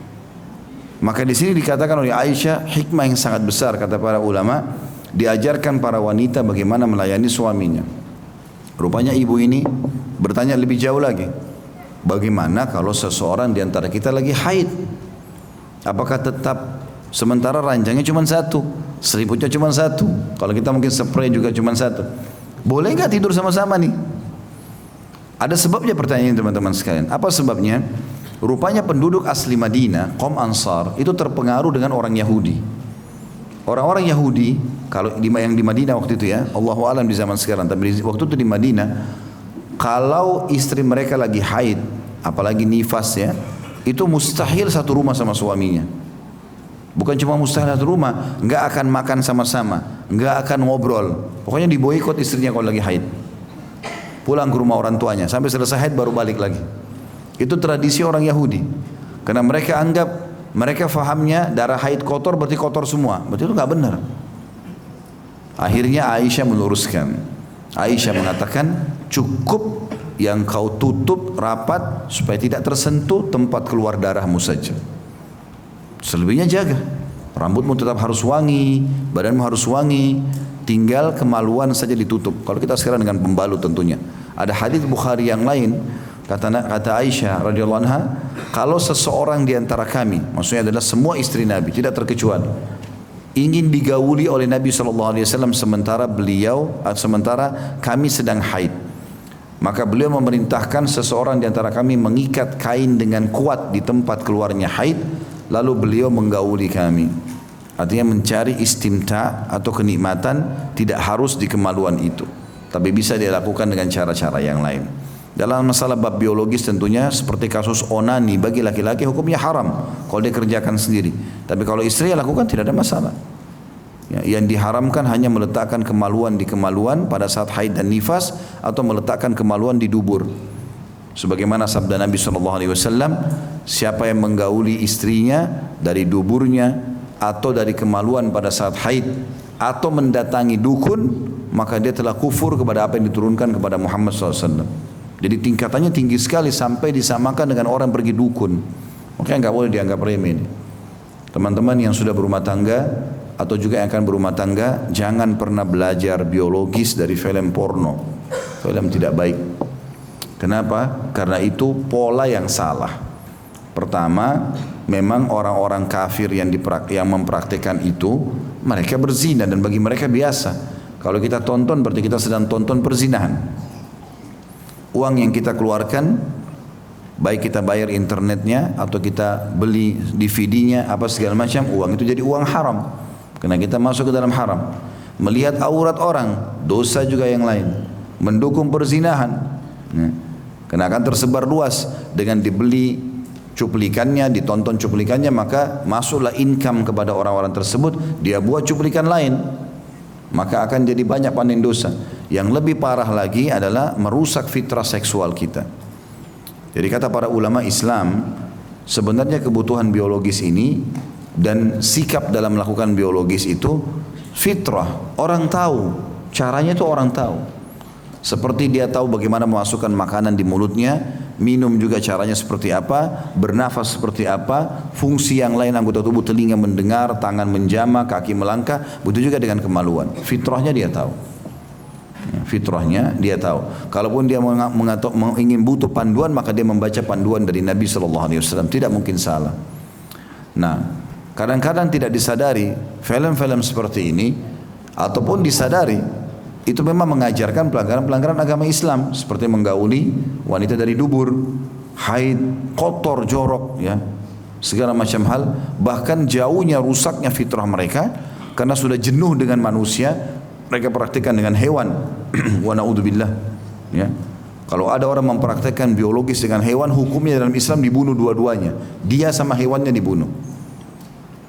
Maka di sini dikatakan oleh Aisyah, hikmah yang sangat besar kata para ulama, diajarkan para wanita bagaimana melayani suaminya. Rupanya ibu ini bertanya lebih jauh lagi, bagaimana kalau seseorang di antara kita lagi haid? Apakah tetap sementara ranjangnya cuma satu, selimutnya cuma satu, kalau kita mungkin spray juga cuma satu, boleh nggak tidur sama-sama nih? Ada sebabnya pertanyaan ini teman-teman sekalian. Apa sebabnya? Rupanya penduduk asli Madinah, kaum Ansar, itu terpengaruh dengan orang Yahudi. Orang-orang Yahudi, kalau di, yang di Madinah waktu itu ya, Allahu a'lam di zaman sekarang, tapi waktu itu di Madinah, kalau istri mereka lagi haid, apalagi nifas ya, itu mustahil satu rumah sama suaminya. Bukan cuma mustahil satu rumah, nggak akan makan sama-sama, nggak akan ngobrol. Pokoknya diboikot istrinya kalau lagi haid. Pulang ke rumah orang tuanya, sampai selesai haid baru balik lagi. Itu tradisi orang Yahudi. Karena mereka anggap, mereka fahamnya darah haid kotor berarti kotor semua. Berarti itu nggak benar. Akhirnya Aisyah meluruskan. Aisyah mengatakan, cukup yang kau tutup rapat supaya tidak tersentuh tempat keluar darahmu saja. Selebihnya jaga. Rambutmu tetap harus wangi, badanmu harus wangi, tinggal kemaluan saja ditutup. Kalau kita sekarang dengan pembalut tentunya. Ada hadis Bukhari yang lain, kata kata Aisyah radhiyallahu anha, kalau seseorang di antara kami, maksudnya adalah semua istri Nabi, tidak terkecuali, ingin digauli oleh Nabi shallallahu alaihi wasallam sementara beliau, sementara kami sedang haid, maka beliau memerintahkan seseorang di antara kami mengikat kain dengan kuat di tempat keluarnya haid, lalu beliau menggauli kami. Artinya mencari istimta atau kenikmatan tidak harus di kemaluan itu, tapi bisa dilakukan dengan cara-cara yang lain. Dalam masalah bab biologis tentunya seperti kasus onani bagi laki-laki hukumnya haram kalau dia kerjakan sendiri. Tapi kalau istri lakukan tidak ada masalah. Ya, yang diharamkan hanya meletakkan kemaluan di kemaluan pada saat haid dan nifas, atau meletakkan kemaluan di dubur. Sebagaimana sabda Nabi shallallahu alaihi wasallam, siapa yang menggauli istrinya dari duburnya atau dari kemaluan pada saat haid atau mendatangi dukun, maka dia telah kufur kepada apa yang diturunkan kepada Muhammad shallallahu alaihi wasallam. Jadi tingkatannya tinggi sekali sampai disamakan dengan orang pergi dukun. Makanya nggak boleh dianggap remeh. Teman-teman yang sudah berumah tangga atau juga yang akan berumah tangga, jangan pernah belajar biologis dari film porno. Film tidak baik. Kenapa? Karena itu pola yang salah. Pertama, memang orang-orang kafir yang, diprak, yang mempraktikkan itu, mereka berzina dan bagi mereka biasa. Kalau kita tonton berarti kita sedang tonton perzinahan. Uang yang kita keluarkan, baik kita bayar internetnya atau kita beli D V D-nya apa segala macam, uang itu jadi uang haram. Karena kita masuk ke dalam haram. Melihat aurat orang, dosa juga yang lain. Mendukung perzinahan. Nah, karena akan tersebar luas dengan dibeli cuplikannya, ditonton cuplikannya, maka masuklah income kepada orang-orang tersebut, dia buat cuplikan lain, maka akan jadi banyak panen dosa. Yang lebih parah lagi adalah merusak fitrah seksual kita. Jadi kata para ulama Islam, sebenarnya kebutuhan biologis ini dan sikap dalam melakukan biologis itu fitrah, orang tahu, caranya itu orang tahu. Seperti dia tahu bagaimana memasukkan makanan di mulutnya, minum juga caranya seperti apa, bernafas seperti apa, fungsi yang lain anggota tubuh, telinga mendengar, tangan menjama, kaki melangkah, begitu juga dengan kemaluan. Fitrahnya dia tahu. Fitrahnya dia tahu. Kalaupun dia mengatuk, ingin butuh panduan, maka dia membaca panduan dari Nabi shallallahu alaihi wasallam. Tidak mungkin salah. Nah, kadang-kadang tidak disadari film-film seperti ini, ataupun disadari, itu memang mengajarkan pelanggaran-pelanggaran agama Islam, seperti menggauli wanita dari dubur, haid, kotor, jorok, ya, segala macam hal. Bahkan jauhnya rusaknya fitrah mereka karena sudah jenuh dengan manusia, mereka praktikkan dengan hewan. Wa na'udzubillah. Ya. Kalau ada orang mempraktikkan biologis dengan hewan, hukumnya dalam Islam dibunuh dua-duanya. Dia sama hewannya dibunuh.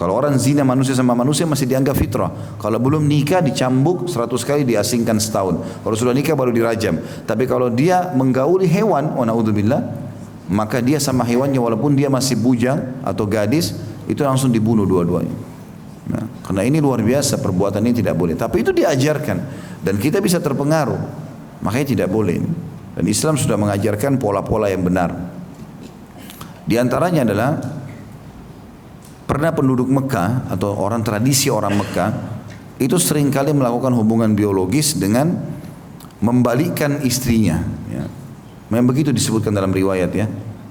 Kalau orang zina manusia sama manusia masih dianggap fitrah. Kalau belum nikah dicambuk seratus kali, diasingkan setahun. Kalau sudah nikah baru dirajam. Tapi kalau dia menggauli hewan, wa na'udzubillah, maka dia sama hewannya walaupun dia masih bujang atau gadis, itu langsung dibunuh dua-duanya. Nah, karena ini luar biasa, perbuatan ini tidak boleh. Tapi itu diajarkan dan kita bisa terpengaruh. Makanya tidak boleh. Dan Islam sudah mengajarkan pola-pola yang benar. Di antaranya adalah pernah penduduk Mekah atau orang tradisi orang Mekah itu seringkali melakukan hubungan biologis dengan membalikkan istrinya. Ya. Memang begitu disebutkan dalam riwayat ya.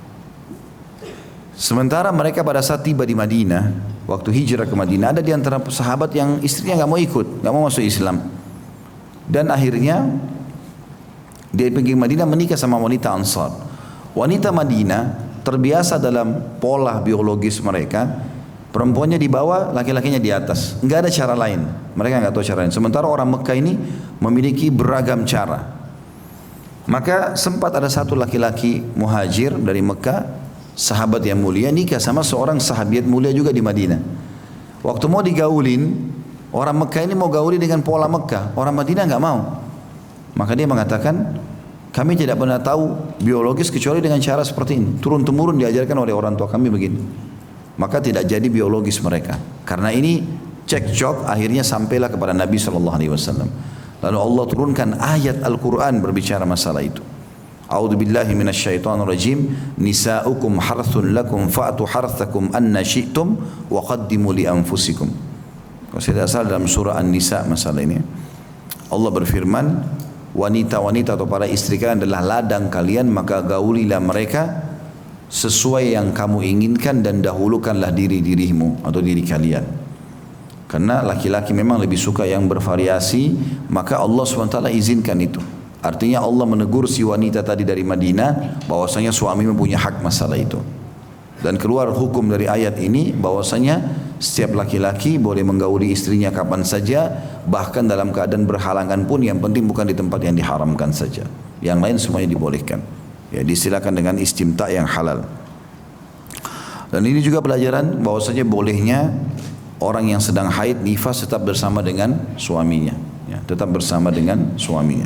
Sementara mereka pada saat tiba di Madinah, waktu hijrah ke Madinah, ada di antara sahabat yang istrinya nggak mau ikut, nggak mau masuk Islam. Dan akhirnya dia pergi ke Madinah menikah sama wanita Ansar. Wanita Madinah terbiasa dalam pola biologis mereka. Perempuannya di bawah, laki-lakinya di atas. Enggak ada cara lain. Mereka enggak tahu cara lain. Sementara orang Mekah ini memiliki beragam cara. Maka sempat ada satu laki-laki muhajir dari Mekah, sahabat yang mulia, nikah sama seorang sahabat mulia juga di Madinah. Waktu mau digaulin, orang Mekah ini mau gauli dengan pola Mekah. Orang Madinah enggak mau. Maka dia mengatakan, kami tidak pernah tahu biologis kecuali dengan cara seperti ini. Turun-temurun diajarkan oleh orang tua kami begini. Maka tidak jadi biologis mereka. Karena ini cekcok, akhirnya sampailah kepada Nabi shallallahu alaihi wasallam. Lalu Allah turunkan ayat Al-Quran berbicara masalah itu. A'udzu billahi minasyaitonir rajim. Nisa'ukum harthun lakum fa'tu harthakum anna syi'tum wa qaddimu li anfusikum. Kalau saya tidak salah dalam surah An-Nisa masalah ini. Allah berfirman, wanita-wanita atau para istri kalian adalah ladang kalian, maka gaulilah mereka sesuai yang kamu inginkan dan dahulukanlah diri-dirimu atau diri kalian. Karena laki-laki memang lebih suka yang bervariasi, maka Allah subhanahu wa taala izinkan itu. Artinya Allah menegur si wanita tadi dari Madinah bahwasanya suami mempunyai hak masalah itu. Dan keluar hukum dari ayat ini bahwasanya setiap laki-laki boleh menggauli istrinya kapan saja, bahkan dalam keadaan berhalangan pun, yang penting bukan di tempat yang diharamkan saja. Yang lain semuanya dibolehkan. Ya, disilakan dengan istimta yang halal. Dan ini juga pelajaran bahwasanya bolehnya orang yang sedang haid nifas tetap bersama dengan suaminya, ya, tetap bersama dengan suaminya.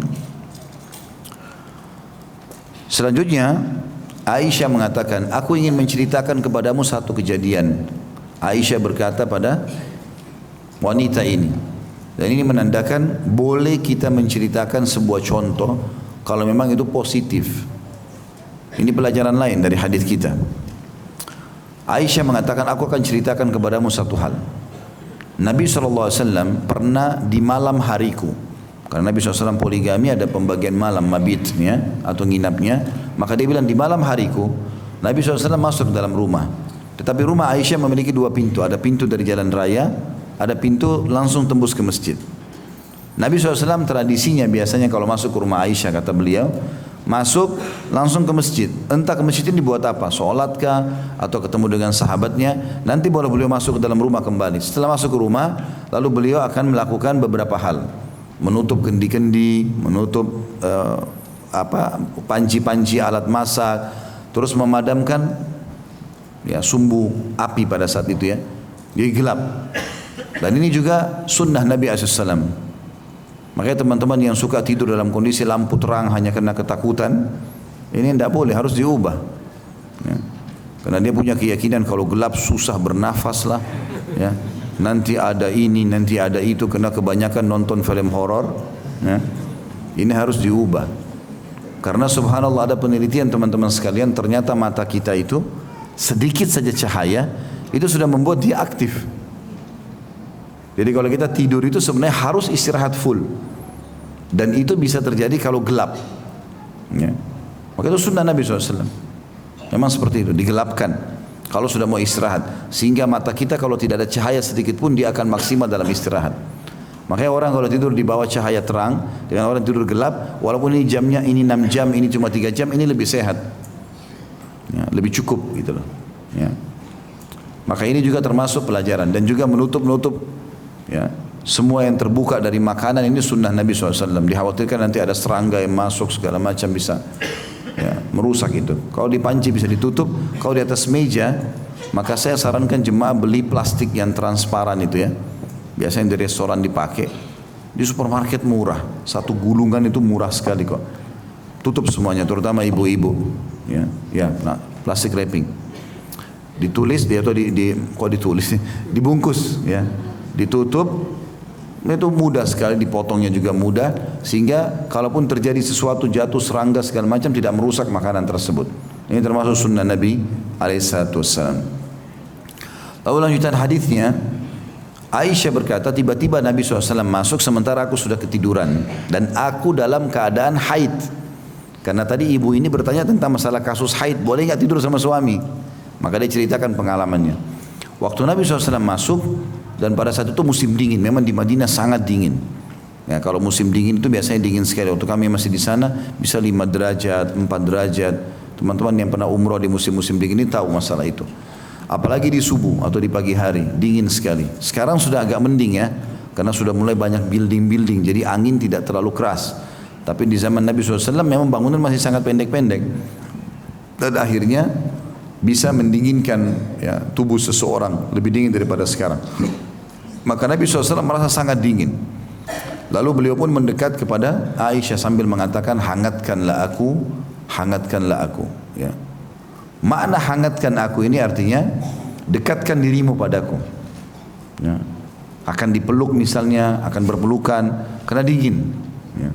Selanjutnya Aisyah mengatakan, aku ingin menceritakan kepadamu satu kejadian. Aisyah berkata pada wanita ini, dan ini menandakan boleh kita menceritakan sebuah contoh kalau memang itu positif. Ini pelajaran lain dari hadis kita. Aisyah mengatakan, aku akan ceritakan kepadamu satu hal. Nabi shallallahu alaihi wasallam pernah di malam hariku, karena Nabi shallallahu alaihi wasallam poligami, ada pembagian malam mabitnya atau nginapnya. Maka dia bilang di malam hariku Nabi shallallahu alaihi wasallam masuk dalam rumah. Tetapi rumah Aisyah memiliki dua pintu. Ada pintu dari jalan raya, ada pintu langsung tembus ke masjid. Nabi shallallahu alaihi wasallam tradisinya biasanya kalau masuk ke rumah Aisyah, kata beliau, masuk langsung ke masjid. Entah ke masjid ini buat apa, sholatkah atau ketemu dengan sahabatnya. Nanti baru beliau masuk ke dalam rumah kembali. Setelah masuk ke rumah, lalu beliau akan melakukan beberapa hal, menutup kendi-kendi, menutup uh, apa panci-panci alat masak, terus memadamkan ya sumbu api pada saat itu ya. Jadi gelap. Dan ini juga sunnah Nabi shallallahu alaihi wasallam. Makanya teman-teman yang suka tidur dalam kondisi lampu terang hanya karena ketakutan, ini tidak boleh, harus diubah. Ya. Karena dia punya keyakinan kalau gelap susah bernafas lah. Ya. Nanti ada ini, nanti ada itu, karena kebanyakan nonton film horor. Ya. Ini harus diubah. Karena subhanallah ada penelitian teman-teman sekalian, ternyata mata kita itu sedikit saja cahaya, itu sudah membuat dia aktif. Jadi kalau kita tidur itu sebenarnya harus istirahat full. Dan itu bisa terjadi kalau gelap. Ya. Maka itu sunnah Nabi shallallahu alaihi wasallam. Memang seperti itu, digelapkan kalau sudah mau istirahat. Sehingga mata kita kalau tidak ada cahaya sedikit pun dia akan maksimal dalam istirahat. Makanya orang kalau tidur di bawah cahaya terang, dengan orang tidur gelap, walaupun ini jamnya ini enam jam, ini cuma tiga jam, ini lebih sehat. Ya, lebih cukup gitu loh. Ya. Maka ini juga termasuk pelajaran. Dan juga menutup-nutup ya, semua yang terbuka dari makanan, ini sunnah Nabi shallallahu alaihi wasallam. Dikhawatirkan nanti ada serangga yang masuk segala macam bisa ya, merusak itu. Kalau di panci bisa ditutup, kalau di atas meja maka saya sarankan jemaah beli plastik yang transparan itu ya. Biasanya di restoran dipakai, di supermarket murah. Satu gulungan itu murah sekali kok. Tutup semuanya, terutama ibu-ibu. Ya, ya, nah, plastik wrapping. Ditulis dia atau di, di kok ditulis, dibungkus ya, ditutup. Itu mudah sekali, dipotongnya juga mudah, sehingga kalaupun terjadi sesuatu jatuh serangga segala macam tidak merusak makanan tersebut. Ini termasuk sunnah Nabi alaihi salatu wassalam. Lalu lanjutan hadisnya, Aisyah berkata, tiba-tiba Nabi shallallahu alaihi wasallam masuk sementara aku sudah ketiduran dan aku dalam keadaan haid. Karena tadi ibu ini bertanya tentang masalah kasus haid, boleh nggak tidur sama suami? Maka dia ceritakan pengalamannya. Waktu Nabi shallallahu alaihi wasallam masuk, dan pada saat itu musim dingin, memang di Madinah sangat dingin. Ya, kalau musim dingin itu biasanya dingin sekali. Waktu kami masih di sana bisa lima derajat, empat derajat. Teman-teman yang pernah umroh di musim-musim dingin ini tahu masalah itu. Apalagi di subuh atau di pagi hari, dingin sekali. Sekarang sudah agak mending ya, karena sudah mulai banyak building-building, jadi angin tidak terlalu keras. Tapi di zaman Nabi shallallahu alaihi wasallam memang bangunan masih sangat pendek-pendek. Dan akhirnya bisa mendinginkan ya, tubuh seseorang, lebih dingin daripada sekarang. Maka Nabi shallallahu alaihi wasallam merasa sangat dingin. Lalu beliau pun mendekat kepada Aisyah sambil mengatakan, hangatkanlah aku, hangatkanlah aku. Ya. Makna hangatkan aku ini artinya dekatkan dirimu padaku. Ya. Akan dipeluk misalnya, akan berpelukan karena dingin. Ya.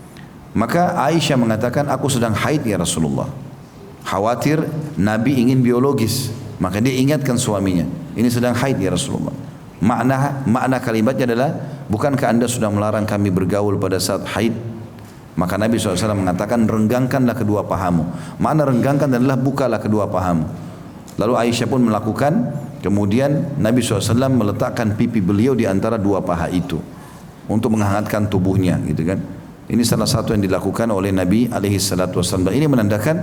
Maka Aisyah mengatakan, aku sedang haid ya Rasulullah. Khawatir Nabi ingin biologis, maka dia ingatkan suaminya, ini sedang haid ya Rasulullah. Makna makna kalimatnya adalah, bukankah anda sudah melarang kami bergaul pada saat haid? Maka Nabi shallallahu alaihi wasallam mengatakan, renggangkanlah kedua pahamu. Makna renggangkan adalah bukalah kedua pahamu. Lalu Aisyah pun melakukan, kemudian Nabi shallallahu alaihi wasallam meletakkan pipi beliau di antara dua paha itu untuk menghangatkan tubuhnya, gitu kan. Ini salah satu yang dilakukan oleh Nabi alaihi salatu wasallam. Ini menandakan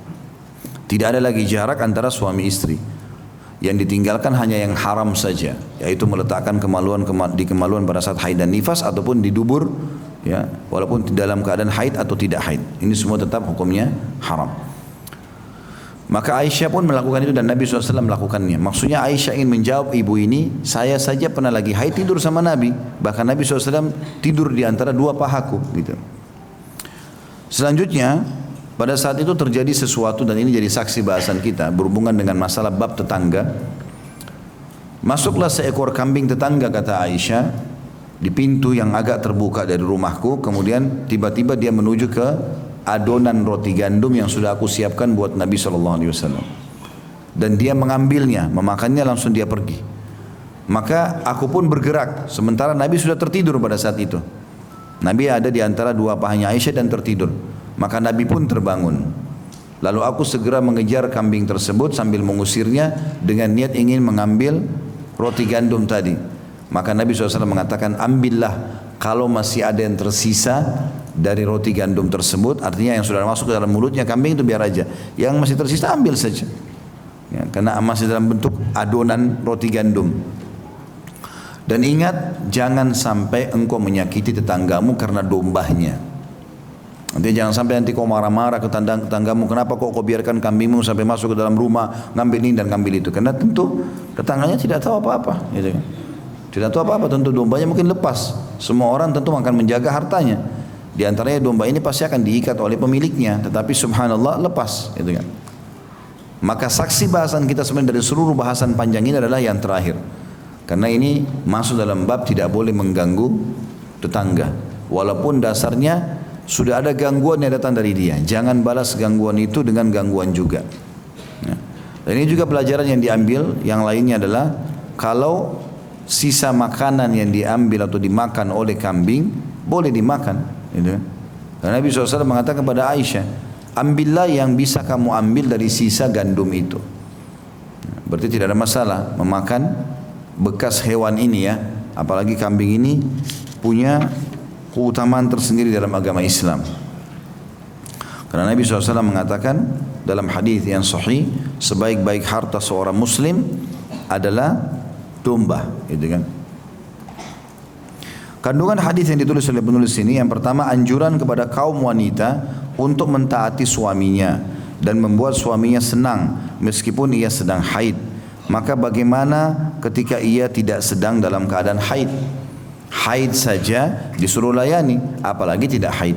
tidak ada lagi jarak antara suami istri. Yang ditinggalkan hanya yang haram saja, yaitu meletakkan kemaluan di kemaluan pada saat haid dan nifas, ataupun di dubur, ya, walaupun dalam keadaan haid atau tidak haid. Ini semua tetap hukumnya haram. Maka Aisyah pun melakukan itu dan Nabi shallallahu alaihi wasallam melakukannya. Maksudnya Aisyah ingin menjawab ibu ini, saya saja pernah lagi haid tidur sama Nabi. Bahkan Nabi shallallahu alaihi wasallam tidur di antara dua pahaku. Gitu. Selanjutnya, pada saat itu terjadi sesuatu dan ini jadi saksi bahasan kita berhubungan dengan masalah bab tetangga. Masuklah seekor kambing tetangga, kata Aisyah, di pintu yang agak terbuka dari rumahku. Kemudian tiba-tiba dia menuju ke adonan roti gandum yang sudah aku siapkan buat Nabi shallallahu alaihi wasallam. Dan dia mengambilnya, memakannya, langsung dia pergi. Maka aku pun bergerak, sementara Nabi sudah tertidur pada saat itu. Nabi ada di antara dua pahanya Aisyah dan tertidur. Maka Nabi pun terbangun. Lalu aku segera mengejar kambing tersebut sambil mengusirnya dengan niat ingin mengambil roti gandum tadi. Maka Nabi shallallahu alaihi wasallam mengatakan, ambillah kalau masih ada yang tersisa dari roti gandum tersebut. Artinya yang sudah masuk ke dalam mulutnya kambing itu biar aja. Yang masih tersisa ambil saja. Ya, karena masih dalam bentuk adonan roti gandum. Dan ingat, jangan sampai engkau menyakiti tetanggamu karena dombanya. Nanti jangan sampai nanti kau marah-marah ke tetanggamu, kenapa kok kau biarkan kambingmu sampai masuk ke dalam rumah, ngambil ini dan ngambil itu. Karena tentu tetangganya tidak tahu apa-apa, gitu kan. Tidak tahu apa-apa, tentu dombanya mungkin lepas. Semua orang tentu akan menjaga hartanya. Di antaranya domba ini pasti akan diikat oleh pemiliknya, tetapi subhanallah lepas, gitu kan. Maka saksi bahasan kita sebenarnya dari seluruh bahasan panjang ini adalah yang terakhir. Karena ini masuk dalam bab tidak boleh mengganggu tetangga. Walaupun dasarnya sudah ada gangguan yang datang dari dia, jangan balas gangguan itu dengan gangguan juga. Ya. Dan ini juga pelajaran yang diambil. Yang lainnya adalah kalau sisa makanan yang diambil atau dimakan oleh kambing boleh dimakan. Gitu. Karena Nabi shallallahu alaihi wasallam mengatakan kepada Aisyah, ambillah yang bisa kamu ambil dari sisa gandum itu. Berarti tidak ada masalah memakan bekas hewan ini ya. Apalagi kambing ini punya keutamaan tersendiri dalam agama Islam. Karena Nabi shallallahu alaihi wasallam mengatakan dalam hadis yang sahih, sebaik-baik harta seorang muslim adalah domba, gitu kan. Kandungan hadis yang ditulis oleh penulis ini, yang pertama anjuran kepada kaum wanita untuk mentaati suaminya dan membuat suaminya senang meskipun ia sedang haid. maka bagaimana ketika ia tidak sedang dalam keadaan haid? Haid saja disuruh layani, apalagi tidak haid.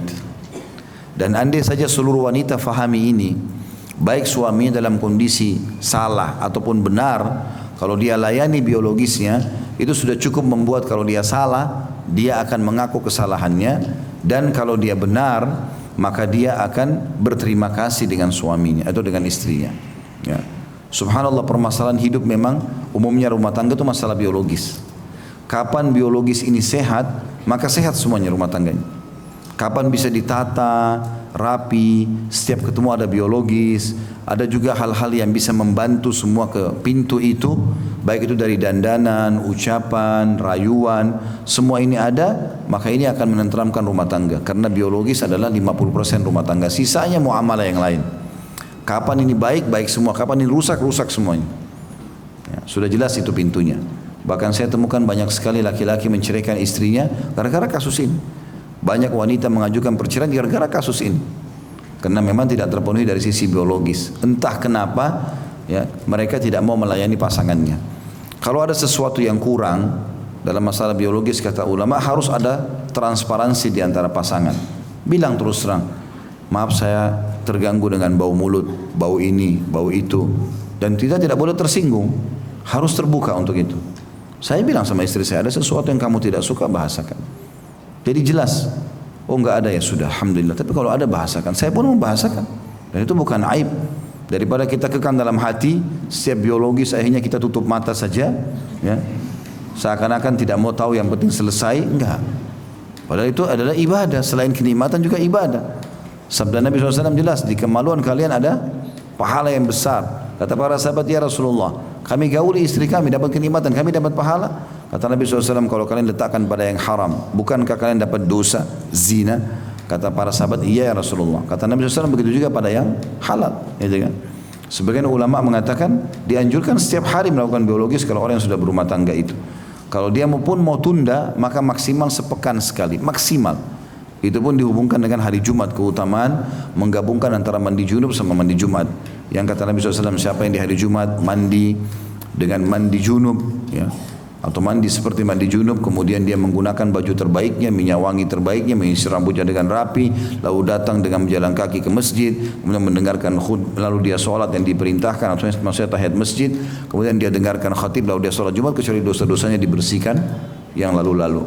Dan andai saja seluruh wanita fahami ini, baik suaminya dalam kondisi salah ataupun benar, kalau dia layani biologisnya, itu sudah cukup membuat kalau dia salah, dia akan mengaku kesalahannya, dan kalau dia benar, maka dia akan berterima kasih dengan suaminya atau dengan istrinya. Ya. Subhanallah, permasalahan hidup memang umumnya rumah tangga itu masalah biologis. Kapan biologis ini sehat, maka sehat semuanya rumah tangganya. Kapan bisa ditata, rapi, setiap ketemu ada biologis, ada juga hal-hal yang bisa membantu semua ke pintu itu, baik itu dari dandanan, ucapan, rayuan, semua ini ada, maka ini akan menenteramkan rumah tangga. Karena biologis adalah lima puluh persen rumah tangga, sisanya muamalah yang lain. Kapan ini baik, baik semua, kapan ini rusak, rusak semuanya. Ya, sudah jelas itu pintunya. Bahkan saya temukan banyak sekali laki-laki menceraikan istrinya gara-gara kasus ini. Banyak wanita mengajukan perceraian gara-gara kasus ini. Karena memang tidak terpenuhi dari sisi biologis. Entah kenapa ya, mereka tidak mau melayani pasangannya. Kalau ada sesuatu yang kurang dalam masalah biologis, kata ulama, harus ada transparansi di antara pasangan. Bilang terus terang, maaf saya terganggu dengan bau mulut, bau ini, bau itu. Dan kita tidak boleh tersinggung. Harus terbuka untuk itu. Saya bilang sama istri saya, ada sesuatu yang kamu tidak suka, bahasakan. Jadi jelas. Oh enggak ada, ya sudah, alhamdulillah. Tapi kalau ada, bahasakan. Saya pun membahasakan. Dan itu bukan aib. Daripada kita kekang dalam hati, setiap biologis akhirnya kita tutup mata saja, ya. Seakan-akan tidak mau tahu, yang penting selesai. Enggak. Padahal itu adalah ibadah. Selain kenikmatan juga ibadah. Sabda Nabi shallallahu alaihi wasallam jelas, di kemaluan kalian ada pahala yang besar. Kata para sahabat, ya Rasulullah, kami gauli istri kami, dapat kenikmatan, kami dapat pahala. Kata Nabi shallallahu alaihi wasallam, kalau kalian letakkan pada yang haram, bukankah kalian dapat dosa, zina? Kata para sahabat, iya ya Rasulullah. Kata Nabi shallallahu alaihi wasallam, begitu juga pada yang halal. Gitu kan? Sebagian ulama mengatakan, dianjurkan setiap hari melakukan biologis kalau orang yang sudah berumah tangga itu. Kalau dia pun mau tunda, maka maksimal sepekan sekali, maksimal. Itu pun dihubungkan dengan hari Jumat, keutamaan menggabungkan antara mandi junub sama mandi Jumat. Yang kata Nabi shallallahu alaihi wasallam, siapa yang di hari Jumat mandi dengan mandi junub, ya, atau mandi seperti mandi junub, kemudian dia menggunakan baju terbaiknya, minyak wangi terbaiknya, menyisir rambutnya dengan rapi, lalu datang dengan berjalan kaki ke masjid, kemudian mendengarkan khutbah, lalu dia sholat yang diperintahkan, atau maksudnya tahiyat masjid, kemudian dia dengarkan khatib, lalu dia sholat Jumat, kecuali dosa-dosanya dibersihkan yang lalu-lalu.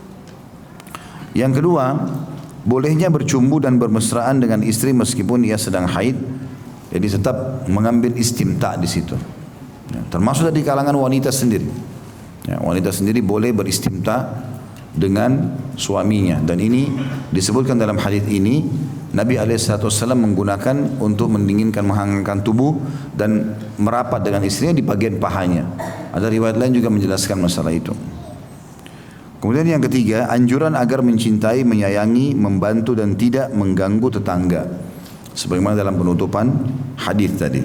Yang kedua, bolehnya bercumbu dan bermesraan dengan istri meskipun ia sedang haid. Jadi tetap mengambil istimta di situ. Ya, termasuk dari kalangan wanita sendiri. Ya, wanita sendiri boleh beristimta dengan suaminya. Dan ini disebutkan dalam hadis ini, Nabi shallallahu alaihi wasallam menggunakan untuk mendinginkan, menghangatkan tubuh dan merapat dengan istrinya di bagian pahanya. Ada riwayat lain juga menjelaskan masalah itu. Kemudian yang ketiga, anjuran agar mencintai, menyayangi, membantu dan tidak mengganggu tetangga. Sebagaimana dalam penutupan hadis tadi.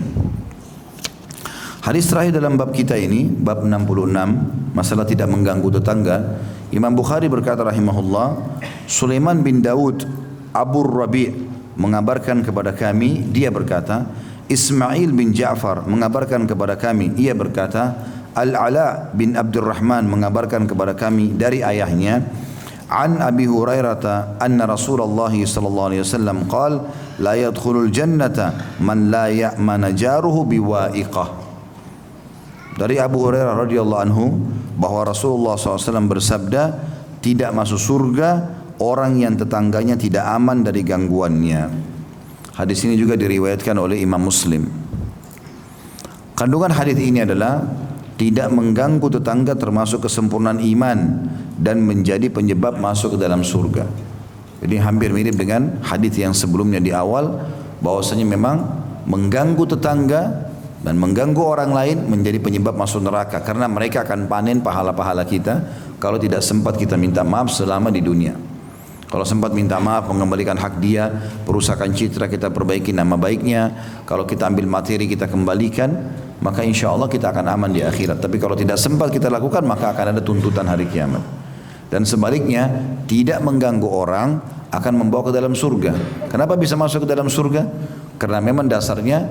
Hadis terakhir dalam bab kita ini, bab enam puluh enam, masalah tidak mengganggu tetangga. Imam Bukhari berkata rahimahullah, Sulaiman bin Daud Abu Rabi' mengabarkan kepada kami, dia berkata, Ismail bin Ja'far mengabarkan kepada kami, ia berkata, Al-Ala bin Abdurrahman mengabarkan kepada kami dari ayahnya, an Abi Hurairah anna Rasulullah sallallahu alaihi wasallam qala la yadkhulul jannata man la ya'mana jaruhu biwa'iqah. Dari Abu Hurairah radhiyallahu anhu bahwa Rasulullah sallallahu alaihi wasallam bersabda, tidak masuk surga orang yang tetangganya tidak aman dari gangguannya. Hadis ini juga diriwayatkan oleh Imam Muslim. Kandungan hadis ini adalah tidak mengganggu tetangga termasuk kesempurnaan iman dan menjadi penyebab masuk ke dalam surga. Jadi hampir mirip dengan hadis yang sebelumnya di awal, bahwasanya memang mengganggu tetangga dan mengganggu orang lain menjadi penyebab masuk neraka, karena mereka akan panen pahala-pahala kita kalau tidak sempat kita minta maaf selama di dunia. Kalau sempat minta maaf, mengembalikan hak dia, perusakan citra kita perbaiki nama baiknya, kalau kita ambil materi kita kembalikan, maka insya Allah kita akan aman di akhirat. Tapi kalau tidak sempat kita lakukan, maka akan ada tuntutan hari kiamat. Dan sebaliknya, tidak mengganggu orang akan membawa ke dalam surga. Kenapa bisa masuk ke dalam surga? Karena memang dasarnya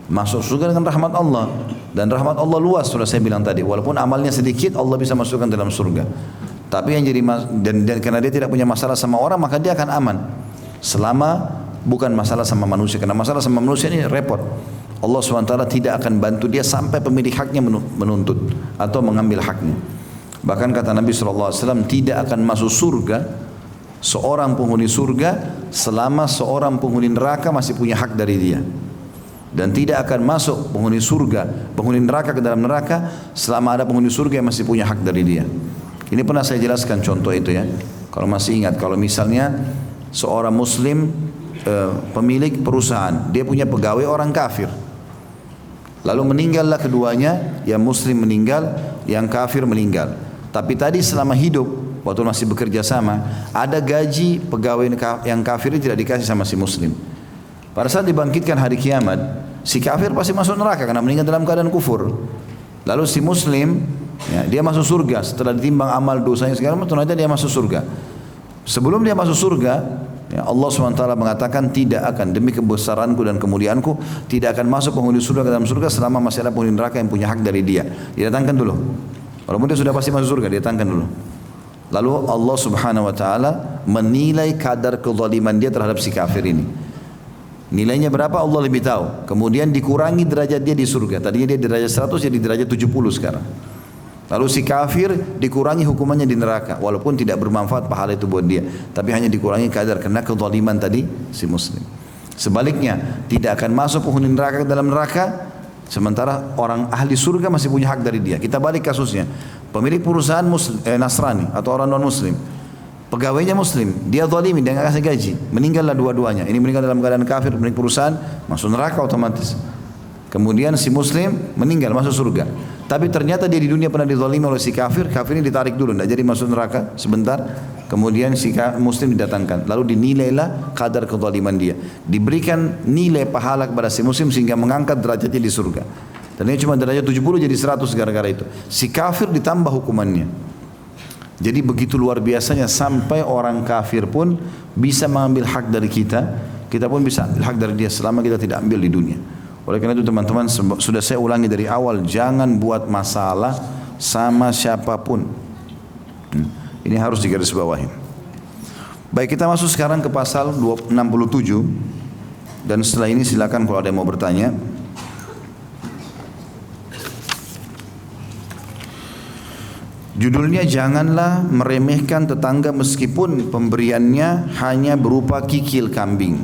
masuk surga dengan rahmat Allah. Dan rahmat Allah luas, sudah saya bilang tadi. Walaupun amalnya sedikit, Allah bisa masukkan dalam surga. Tapi yang jadi dan, dan karena dia tidak punya masalah sama orang, maka dia akan aman. Selama bukan masalah sama manusia. Karena masalah sama manusia ini repot. Allah subhanahu wa taala tidak akan bantu dia sampai pemilik haknya menuntut atau mengambil haknya. Bahkan kata Nabi shallallahu alaihi wasallam, tidak akan masuk surga seorang penghuni surga selama seorang penghuni neraka masih punya hak dari dia. Dan tidak akan masuk penghuni surga, penghuni neraka ke dalam neraka selama ada penghuni surga yang masih punya hak dari dia. Ini pernah saya jelaskan contoh itu ya. Kalau masih ingat, kalau misalnya seorang muslim eh, pemilik perusahaan, dia punya pegawai orang kafir. Lalu meninggallah keduanya, yang muslim meninggal, yang kafir meninggal. Tapi tadi selama hidup, waktu masih bekerja sama, ada gaji pegawai yang kafir ini tidak dikasih sama si muslim. Pada saat dibangkitkan hari kiamat, si kafir pasti masuk neraka karena meninggal dalam keadaan kufur. Lalu si muslim, ya, dia masuk surga setelah ditimbang amal dosanya segala macam, ternyata dia masuk surga. Sebelum dia masuk surga, ya, Allah subhanahu wa taala mengatakan, tidak akan, demi kebesaranku dan kemuliaanku, tidak akan masuk penghuni surga ke dalam surga selama masih ada penghuni neraka yang punya hak dari dia. Didatangkan dulu. Walaupun dia sudah pasti masuk surga, didatangkan dulu. Lalu Allah subhanahu wa taala menilai kadar kezaliman dia terhadap si kafir ini. Nilainya berapa Allah lebih tahu. Kemudian dikurangi derajat dia di surga. Tadinya dia di derajat seratus, jadi derajat tujuh puluh sekarang. Lalu si kafir dikurangi hukumannya di neraka, walaupun tidak bermanfaat pahala itu buat dia, tapi hanya dikurangi kadar karena kezaliman tadi si muslim. Sebaliknya, tidak akan masuk penghuni neraka ke dalam neraka sementara orang ahli surga masih punya hak dari dia. Kita balik kasusnya. Pemilik perusahaan muslim, eh, Nasrani atau orang non muslim, pegawainya muslim, dia zalimi, dia nggak kasih gaji, meninggallah dua-duanya. Ini meninggal dalam keadaan kafir, pemilik perusahaan masuk neraka otomatis. Kemudian si muslim meninggal masuk surga. Tapi ternyata dia di dunia pernah dizalimi oleh si kafir, kafir ini ditarik dulu, tidak jadi masuk neraka sebentar. Kemudian si muslim didatangkan, lalu dinilailah kadar kezaliman dia. Diberikan nilai pahala kepada si muslim sehingga mengangkat derajatnya di surga. Dan ini cuma derajat tujuh puluh jadi seratus gara-gara itu. Si kafir ditambah hukumannya. Jadi begitu luar biasanya sampai orang kafir pun bisa mengambil hak dari kita, kita pun bisa ambil hak dari dia selama kita tidak ambil di dunia. Oleh karena itu teman-teman, sudah saya ulangi dari awal, jangan buat masalah sama siapapun. Ini harus digarisbawahi. Baik, kita masuk sekarang ke pasal enam puluh tujuh. Dan setelah ini silakan kalau ada yang mau bertanya. Judulnya, janganlah meremehkan tetangga meskipun pemberiannya hanya berupa kikil kambing.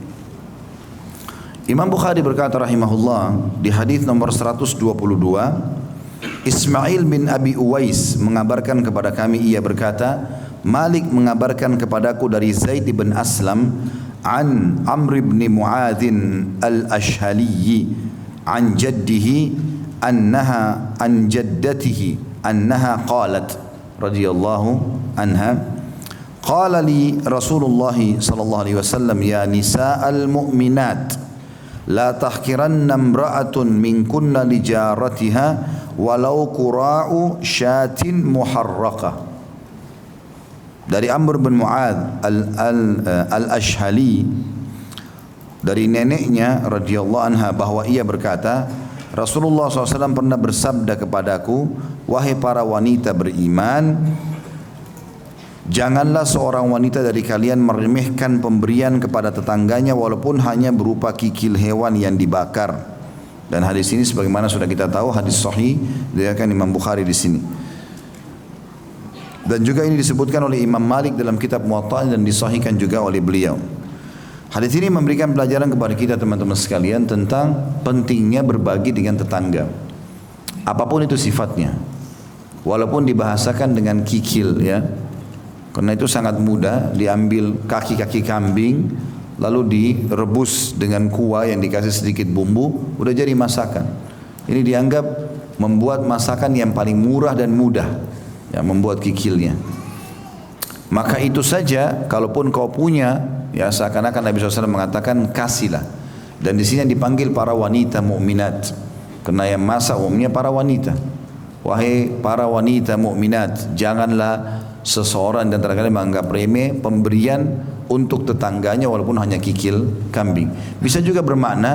Imam Bukhari berkata rahimahullah di hadis nomor seratus dua puluh dua, Ismail bin Abi Uwais mengabarkan kepada kami, ia berkata, Malik mengabarkan kepadaku dari Zaid bin Aslam an Amr bin Muadzin al-Ashhali an jaddihi annaha an jaddatihi annaha qalat radhiyallahu anha qala li Rasulullah sallallahu alaihi wasallam ya nisa'al mu'minat la tahkiranna imra'atun minkunna li jaratiha walau qura'u syatin muharraqah. Dari Amr bin Mu'adz al-Ashhali, dari neneknya radhiyallahu anha bahwa ia berkata, Rasulullah shallallahu alaihi wasallam pernah bersabda kepadaku, wahai para wanita beriman, janganlah seorang wanita dari kalian meremehkan pemberian kepada tetangganya walaupun hanya berupa kikil hewan yang dibakar. Dan hadis ini sebagaimana sudah kita tahu, hadis sahih diriwayatkan Imam Bukhari di sini. Dan juga ini disebutkan oleh Imam Malik dalam kitab Muwatta dan disahihkan juga oleh beliau. Hadis ini memberikan pelajaran kepada kita teman-teman sekalian tentang pentingnya berbagi dengan tetangga. Apapun itu sifatnya. Walaupun dibahasakan dengan kikil ya. Karena itu sangat mudah, diambil kaki-kaki kambing lalu direbus dengan kuah yang dikasih sedikit bumbu, udah jadi masakan. Ini dianggap membuat masakan yang paling murah dan mudah, ya, membuat kikilnya. Maka itu saja, kalaupun kau punya, ya seakan-akan Nabi shallallahu alaihi wasallam mengatakan kasihlah. Dan di sini dipanggil para wanita mukminat, karena yang masak umumnya para wanita. Wahai para wanita mukminat, janganlah seseorang dan terkadang menganggap remeh pemberian untuk tetangganya walaupun hanya kikil kambing. Bisa juga bermakna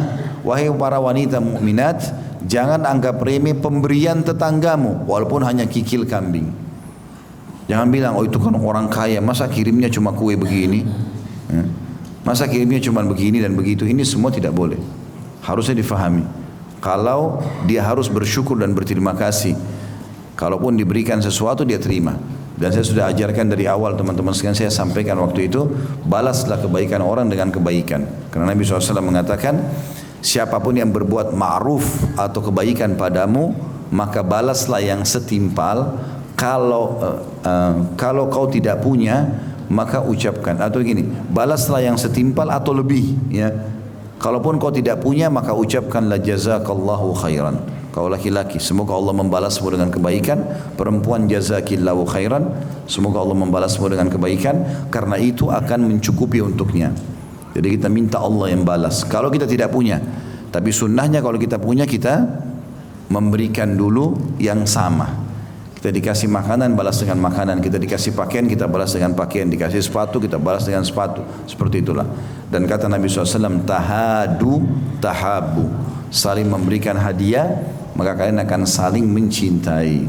wahai para wanita mukminat, jangan anggap remeh pemberian tetanggamu walaupun hanya kikil kambing. Jangan bilang, oh itu kan orang kaya, masa kirimnya cuma kue begini, ya. Masa kirimnya cuma begini dan begitu. Ini semua tidak boleh. Harusnya difahami. Kalau dia harus bersyukur dan berterima kasih. Kalaupun diberikan sesuatu dia terima. Dan saya sudah ajarkan dari awal teman-teman sekalian, saya sampaikan waktu itu, balaslah kebaikan orang dengan kebaikan. Karena Nabi shallallahu alaihi wasallam mengatakan, siapapun yang berbuat ma'ruf atau kebaikan padamu, maka balaslah yang setimpal. Kalau uh, uh, kalau kau tidak punya, maka ucapkan, atau gini, balaslah yang setimpal atau lebih, ya. Kalaupun kau tidak punya, maka ucapkanlah jazakallahu khairan. Kau laki-laki, semoga Allah membalasmu dengan kebaikan. Perempuan, jazakillahu khairan, semoga Allah membalasmu dengan kebaikan, karena itu akan mencukupi untuknya. Jadi kita minta Allah yang balas. Kalau kita tidak punya, tapi sunnahnya kalau kita punya, kita memberikan dulu yang sama. Kita dikasih makanan, balas dengan makanan. Kita dikasih pakaian, kita balas dengan pakaian. Dikasih sepatu, kita balas dengan sepatu. Seperti itulah. Dan kata Nabi shallallahu alaihi wasallam, tahadu tahabu. Saling memberikan hadiah, maka kalian akan saling mencintai.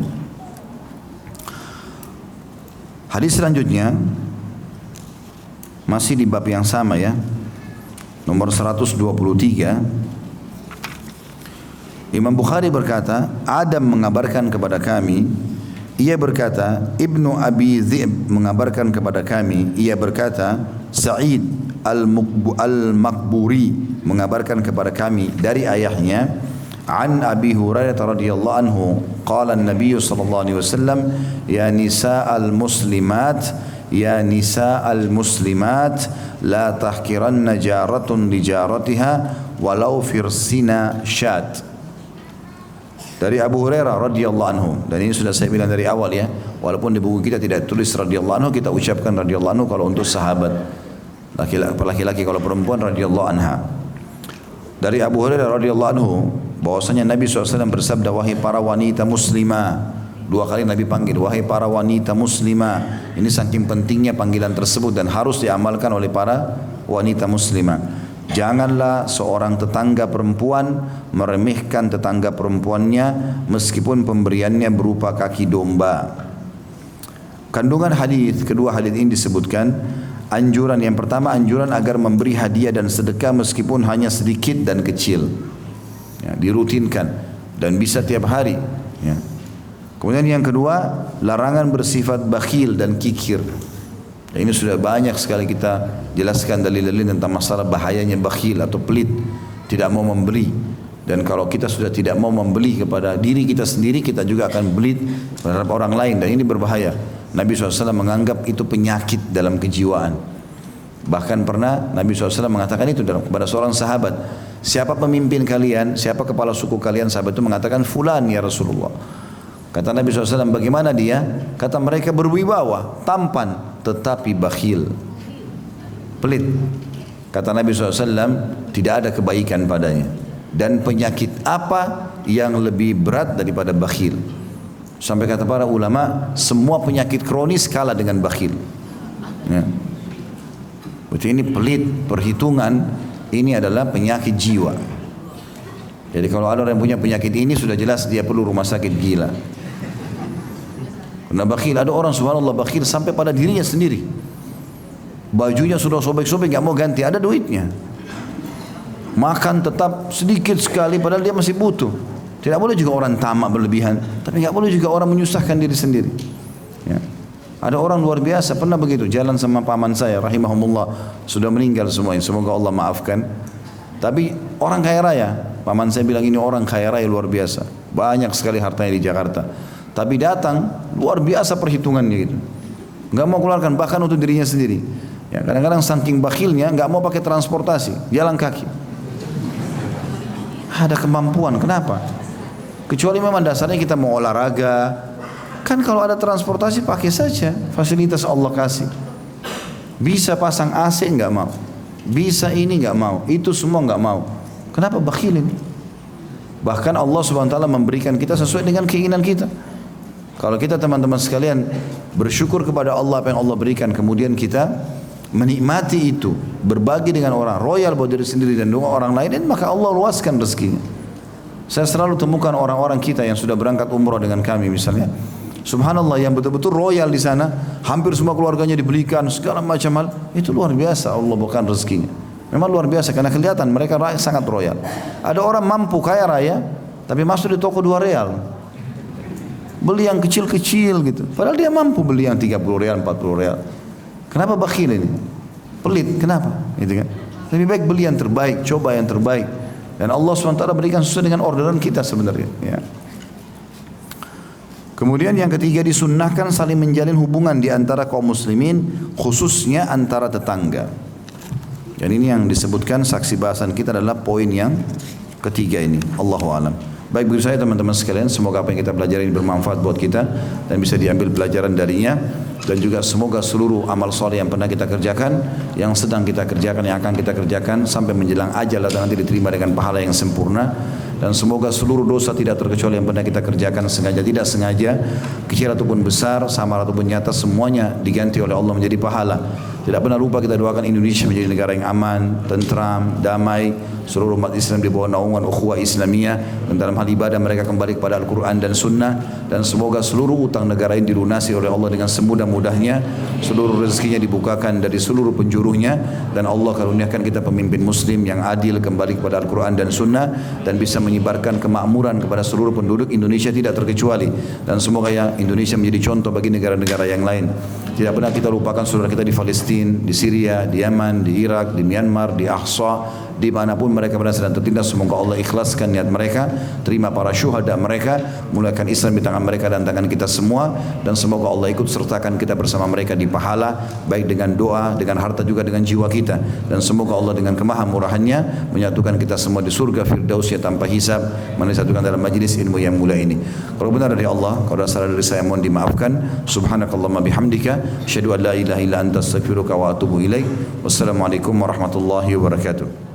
Hadis selanjutnya masih di bab yang sama, ya. Nomor seratus dua puluh tiga. Imam Bukhari berkata, Adam mengabarkan kepada kami, ia berkata, Ibnu Abi Dhi'b mengabarkan kepada kami, ia berkata, Sa'id Al-Makburi mengabarkan kepada kami dari ayahnya, an Abi Hurairah radhiyallahu anhu, qala an-nabiy sallallahu alaihi wasallam, ya nisa'al muslimat, ya nisa'al muslimat, la tahkiranna jaratun li jaratiha walau firsina syat. Dari Abu Hurairah radhiyallahu anhu, dan ini sudah saya bilang dari awal, ya, walaupun di buku kita tidak tulis radhiyallahu anhu, kita ucapkan radhiyallahu anhu kalau untuk sahabat laki-laki, kalau perempuan radhiyallahu anha. Dari Abu Hurairah radhiyallahu anhu bahwasanya Nabi shallallahu alaihi wasallam bersabda, wahai para wanita muslimah. Dua kali Nabi panggil, wahai para wanita muslimah. Ini saking pentingnya panggilan tersebut dan harus diamalkan oleh para wanita muslimah. Janganlah seorang tetangga perempuan meremehkan tetangga perempuannya meskipun pemberiannya berupa kaki domba. Kandungan hadis, kedua hadis ini disebutkan anjuran, yang pertama anjuran agar memberi hadiah dan sedekah meskipun hanya sedikit dan kecil, ya, dirutinkan dan bisa tiap hari, ya. Kemudian yang kedua, larangan bersifat bakhil dan kikir. Ya, ini sudah banyak sekali kita jelaskan dalil-dalil tentang masalah bahayanya bakhil atau pelit, tidak mau memberi. Dan kalau kita sudah tidak mau membeli kepada diri kita sendiri, kita juga akan beli terhadap orang lain, dan ini berbahaya. Nabi shallallahu alaihi wasallam menganggap itu penyakit dalam kejiwaan. Bahkan pernah Nabi shallallahu alaihi wasallam mengatakan itu kepada seorang sahabat, siapa pemimpin kalian, siapa kepala suku kalian? Sahabat itu mengatakan, fulan ya Rasulullah. Kata Nabi shallallahu alaihi wasallam, bagaimana dia? Kata mereka berwibawa, tampan, tetapi bakhil, pelit. Kata Nabi shallallahu alaihi wasallam, tidak ada kebaikan padanya. Dan penyakit apa yang lebih berat daripada bakhil? Sampai kata para ulama, semua penyakit kronis kalah dengan bakhil, ya. Berarti ini pelit, perhitungan, ini adalah penyakit jiwa. Jadi kalau ada orang yang punya penyakit ini, sudah jelas dia perlu rumah sakit gila. Karena bakhil, ada orang subhanallah bakhil sampai pada dirinya sendiri. Bajunya sudah sobek-sobek, gak mau ganti, ada duitnya. Makan tetap sedikit sekali padahal dia masih butuh. Tidak boleh juga orang tamak berlebihan, tapi gak boleh juga orang menyusahkan diri sendiri, ya. Ada orang luar biasa, pernah begitu, jalan sama paman saya rahimahumullah, sudah meninggal semuanya, semoga Allah maafkan. Tapi orang kaya raya, paman saya bilang ini orang kaya raya luar biasa, banyak sekali hartanya di Jakarta. Tapi datang luar biasa perhitungannya gitu, nggak mau keluarkan bahkan untuk dirinya sendiri. Ya, kadang-kadang saking bakhilnya nggak mau pakai transportasi, jalan kaki. Ada kemampuan, kenapa? Kecuali memang dasarnya kita mau olahraga, kan kalau ada transportasi pakai saja, fasilitas Allah kasih. Bisa pasang A C nggak mau, bisa ini nggak mau, itu semua nggak mau. Kenapa bakhil ini? Bahkan Allah subhanahu wa taala memberikan kita sesuai dengan keinginan kita. Kalau kita teman-teman sekalian bersyukur kepada Allah apa yang Allah berikan, kemudian kita menikmati itu, berbagi dengan orang, royal buat diri sendiri dan dengan orang lain, maka Allah luaskan rezekinya. Saya selalu temukan orang-orang kita yang sudah berangkat umrah dengan kami misalnya, subhanallah, yang betul-betul royal di sana, hampir semua keluarganya dibelikan segala macam hal, itu luar biasa Allah bukan rezekinya. Memang luar biasa karena kelihatan mereka sangat royal. Ada orang mampu kaya raya, tapi masuk di toko dua real, beli yang kecil-kecil gitu. Padahal dia mampu beli yang tiga puluh real, empat puluh real. Kenapa bakhil ini? Pelit, kenapa? Gitu kan? Lebih baik beli yang terbaik, coba yang terbaik. Dan Allah subhanahu wa taala berikan sesuai dengan orderan kita sebenarnya. Ya. Kemudian yang ketiga, disunnahkan saling menjalin hubungan di antara kaum muslimin, khususnya antara tetangga. Dan ini yang disebutkan saksi bahasan kita adalah poin yang ketiga ini. Allahu a'lam. Baik begitu saya teman-teman sekalian, semoga apa yang kita pelajari ini bermanfaat buat kita dan bisa diambil pelajaran darinya, dan juga semoga seluruh amal soleh yang pernah kita kerjakan, yang sedang kita kerjakan, yang akan kita kerjakan sampai menjelang ajal dan nanti diterima dengan pahala yang sempurna. Dan semoga seluruh dosa tidak terkecuali yang pernah kita kerjakan sengaja tidak sengaja, kecil ataupun besar, samar ataupun nyata, semuanya diganti oleh Allah menjadi pahala. Tidak pernah lupa kita doakan Indonesia menjadi negara yang aman, tentram, damai, seluruh umat Islam di bawah naungan ukhuwah Islamiyah, dan dalam hal ibadah mereka kembali kepada Al-Quran dan Sunnah. Dan semoga seluruh utang negara ini dilunasi oleh Allah dengan semudah-mudahnya, seluruh rezekinya dibukakan dari seluruh penjuruhnya, dan Allah karuniakan kita pemimpin muslim yang adil kembali kepada Al-Quran dan Sunnah, dan bisa menyebarkan kemakmuran kepada seluruh penduduk Indonesia tidak terkecuali. Dan semoga ya Indonesia menjadi contoh bagi negara-negara yang lain. Tidak pernah kita lupakan saudara kita di Palestina, di Syria, di Yaman, di Irak, di Myanmar, di Aqsa, dimanapun mereka berada sedang tertindas. Semoga Allah ikhlaskan niat mereka, terima para syuhada mereka, mulakan Islam di tangan mereka dan tangan kita semua, dan semoga Allah ikut sertakan kita bersama mereka di pahala, baik dengan doa, dengan harta, juga dengan jiwa kita. Dan semoga Allah dengan kemahamurahannya menyatukan kita semua di surga firdausnya tanpa hisab, menyatukan dalam majlis ilmu yang mulia ini. Kalau benar dari Allah, kalau salah dari saya mohon dimaafkan. Subhanakallahumma bihamdika, asyhadu an la ilaha illa anta astaghfiruka wa atubu ilaik. Wassalamualaikum warahmatullahi wabarakatuh.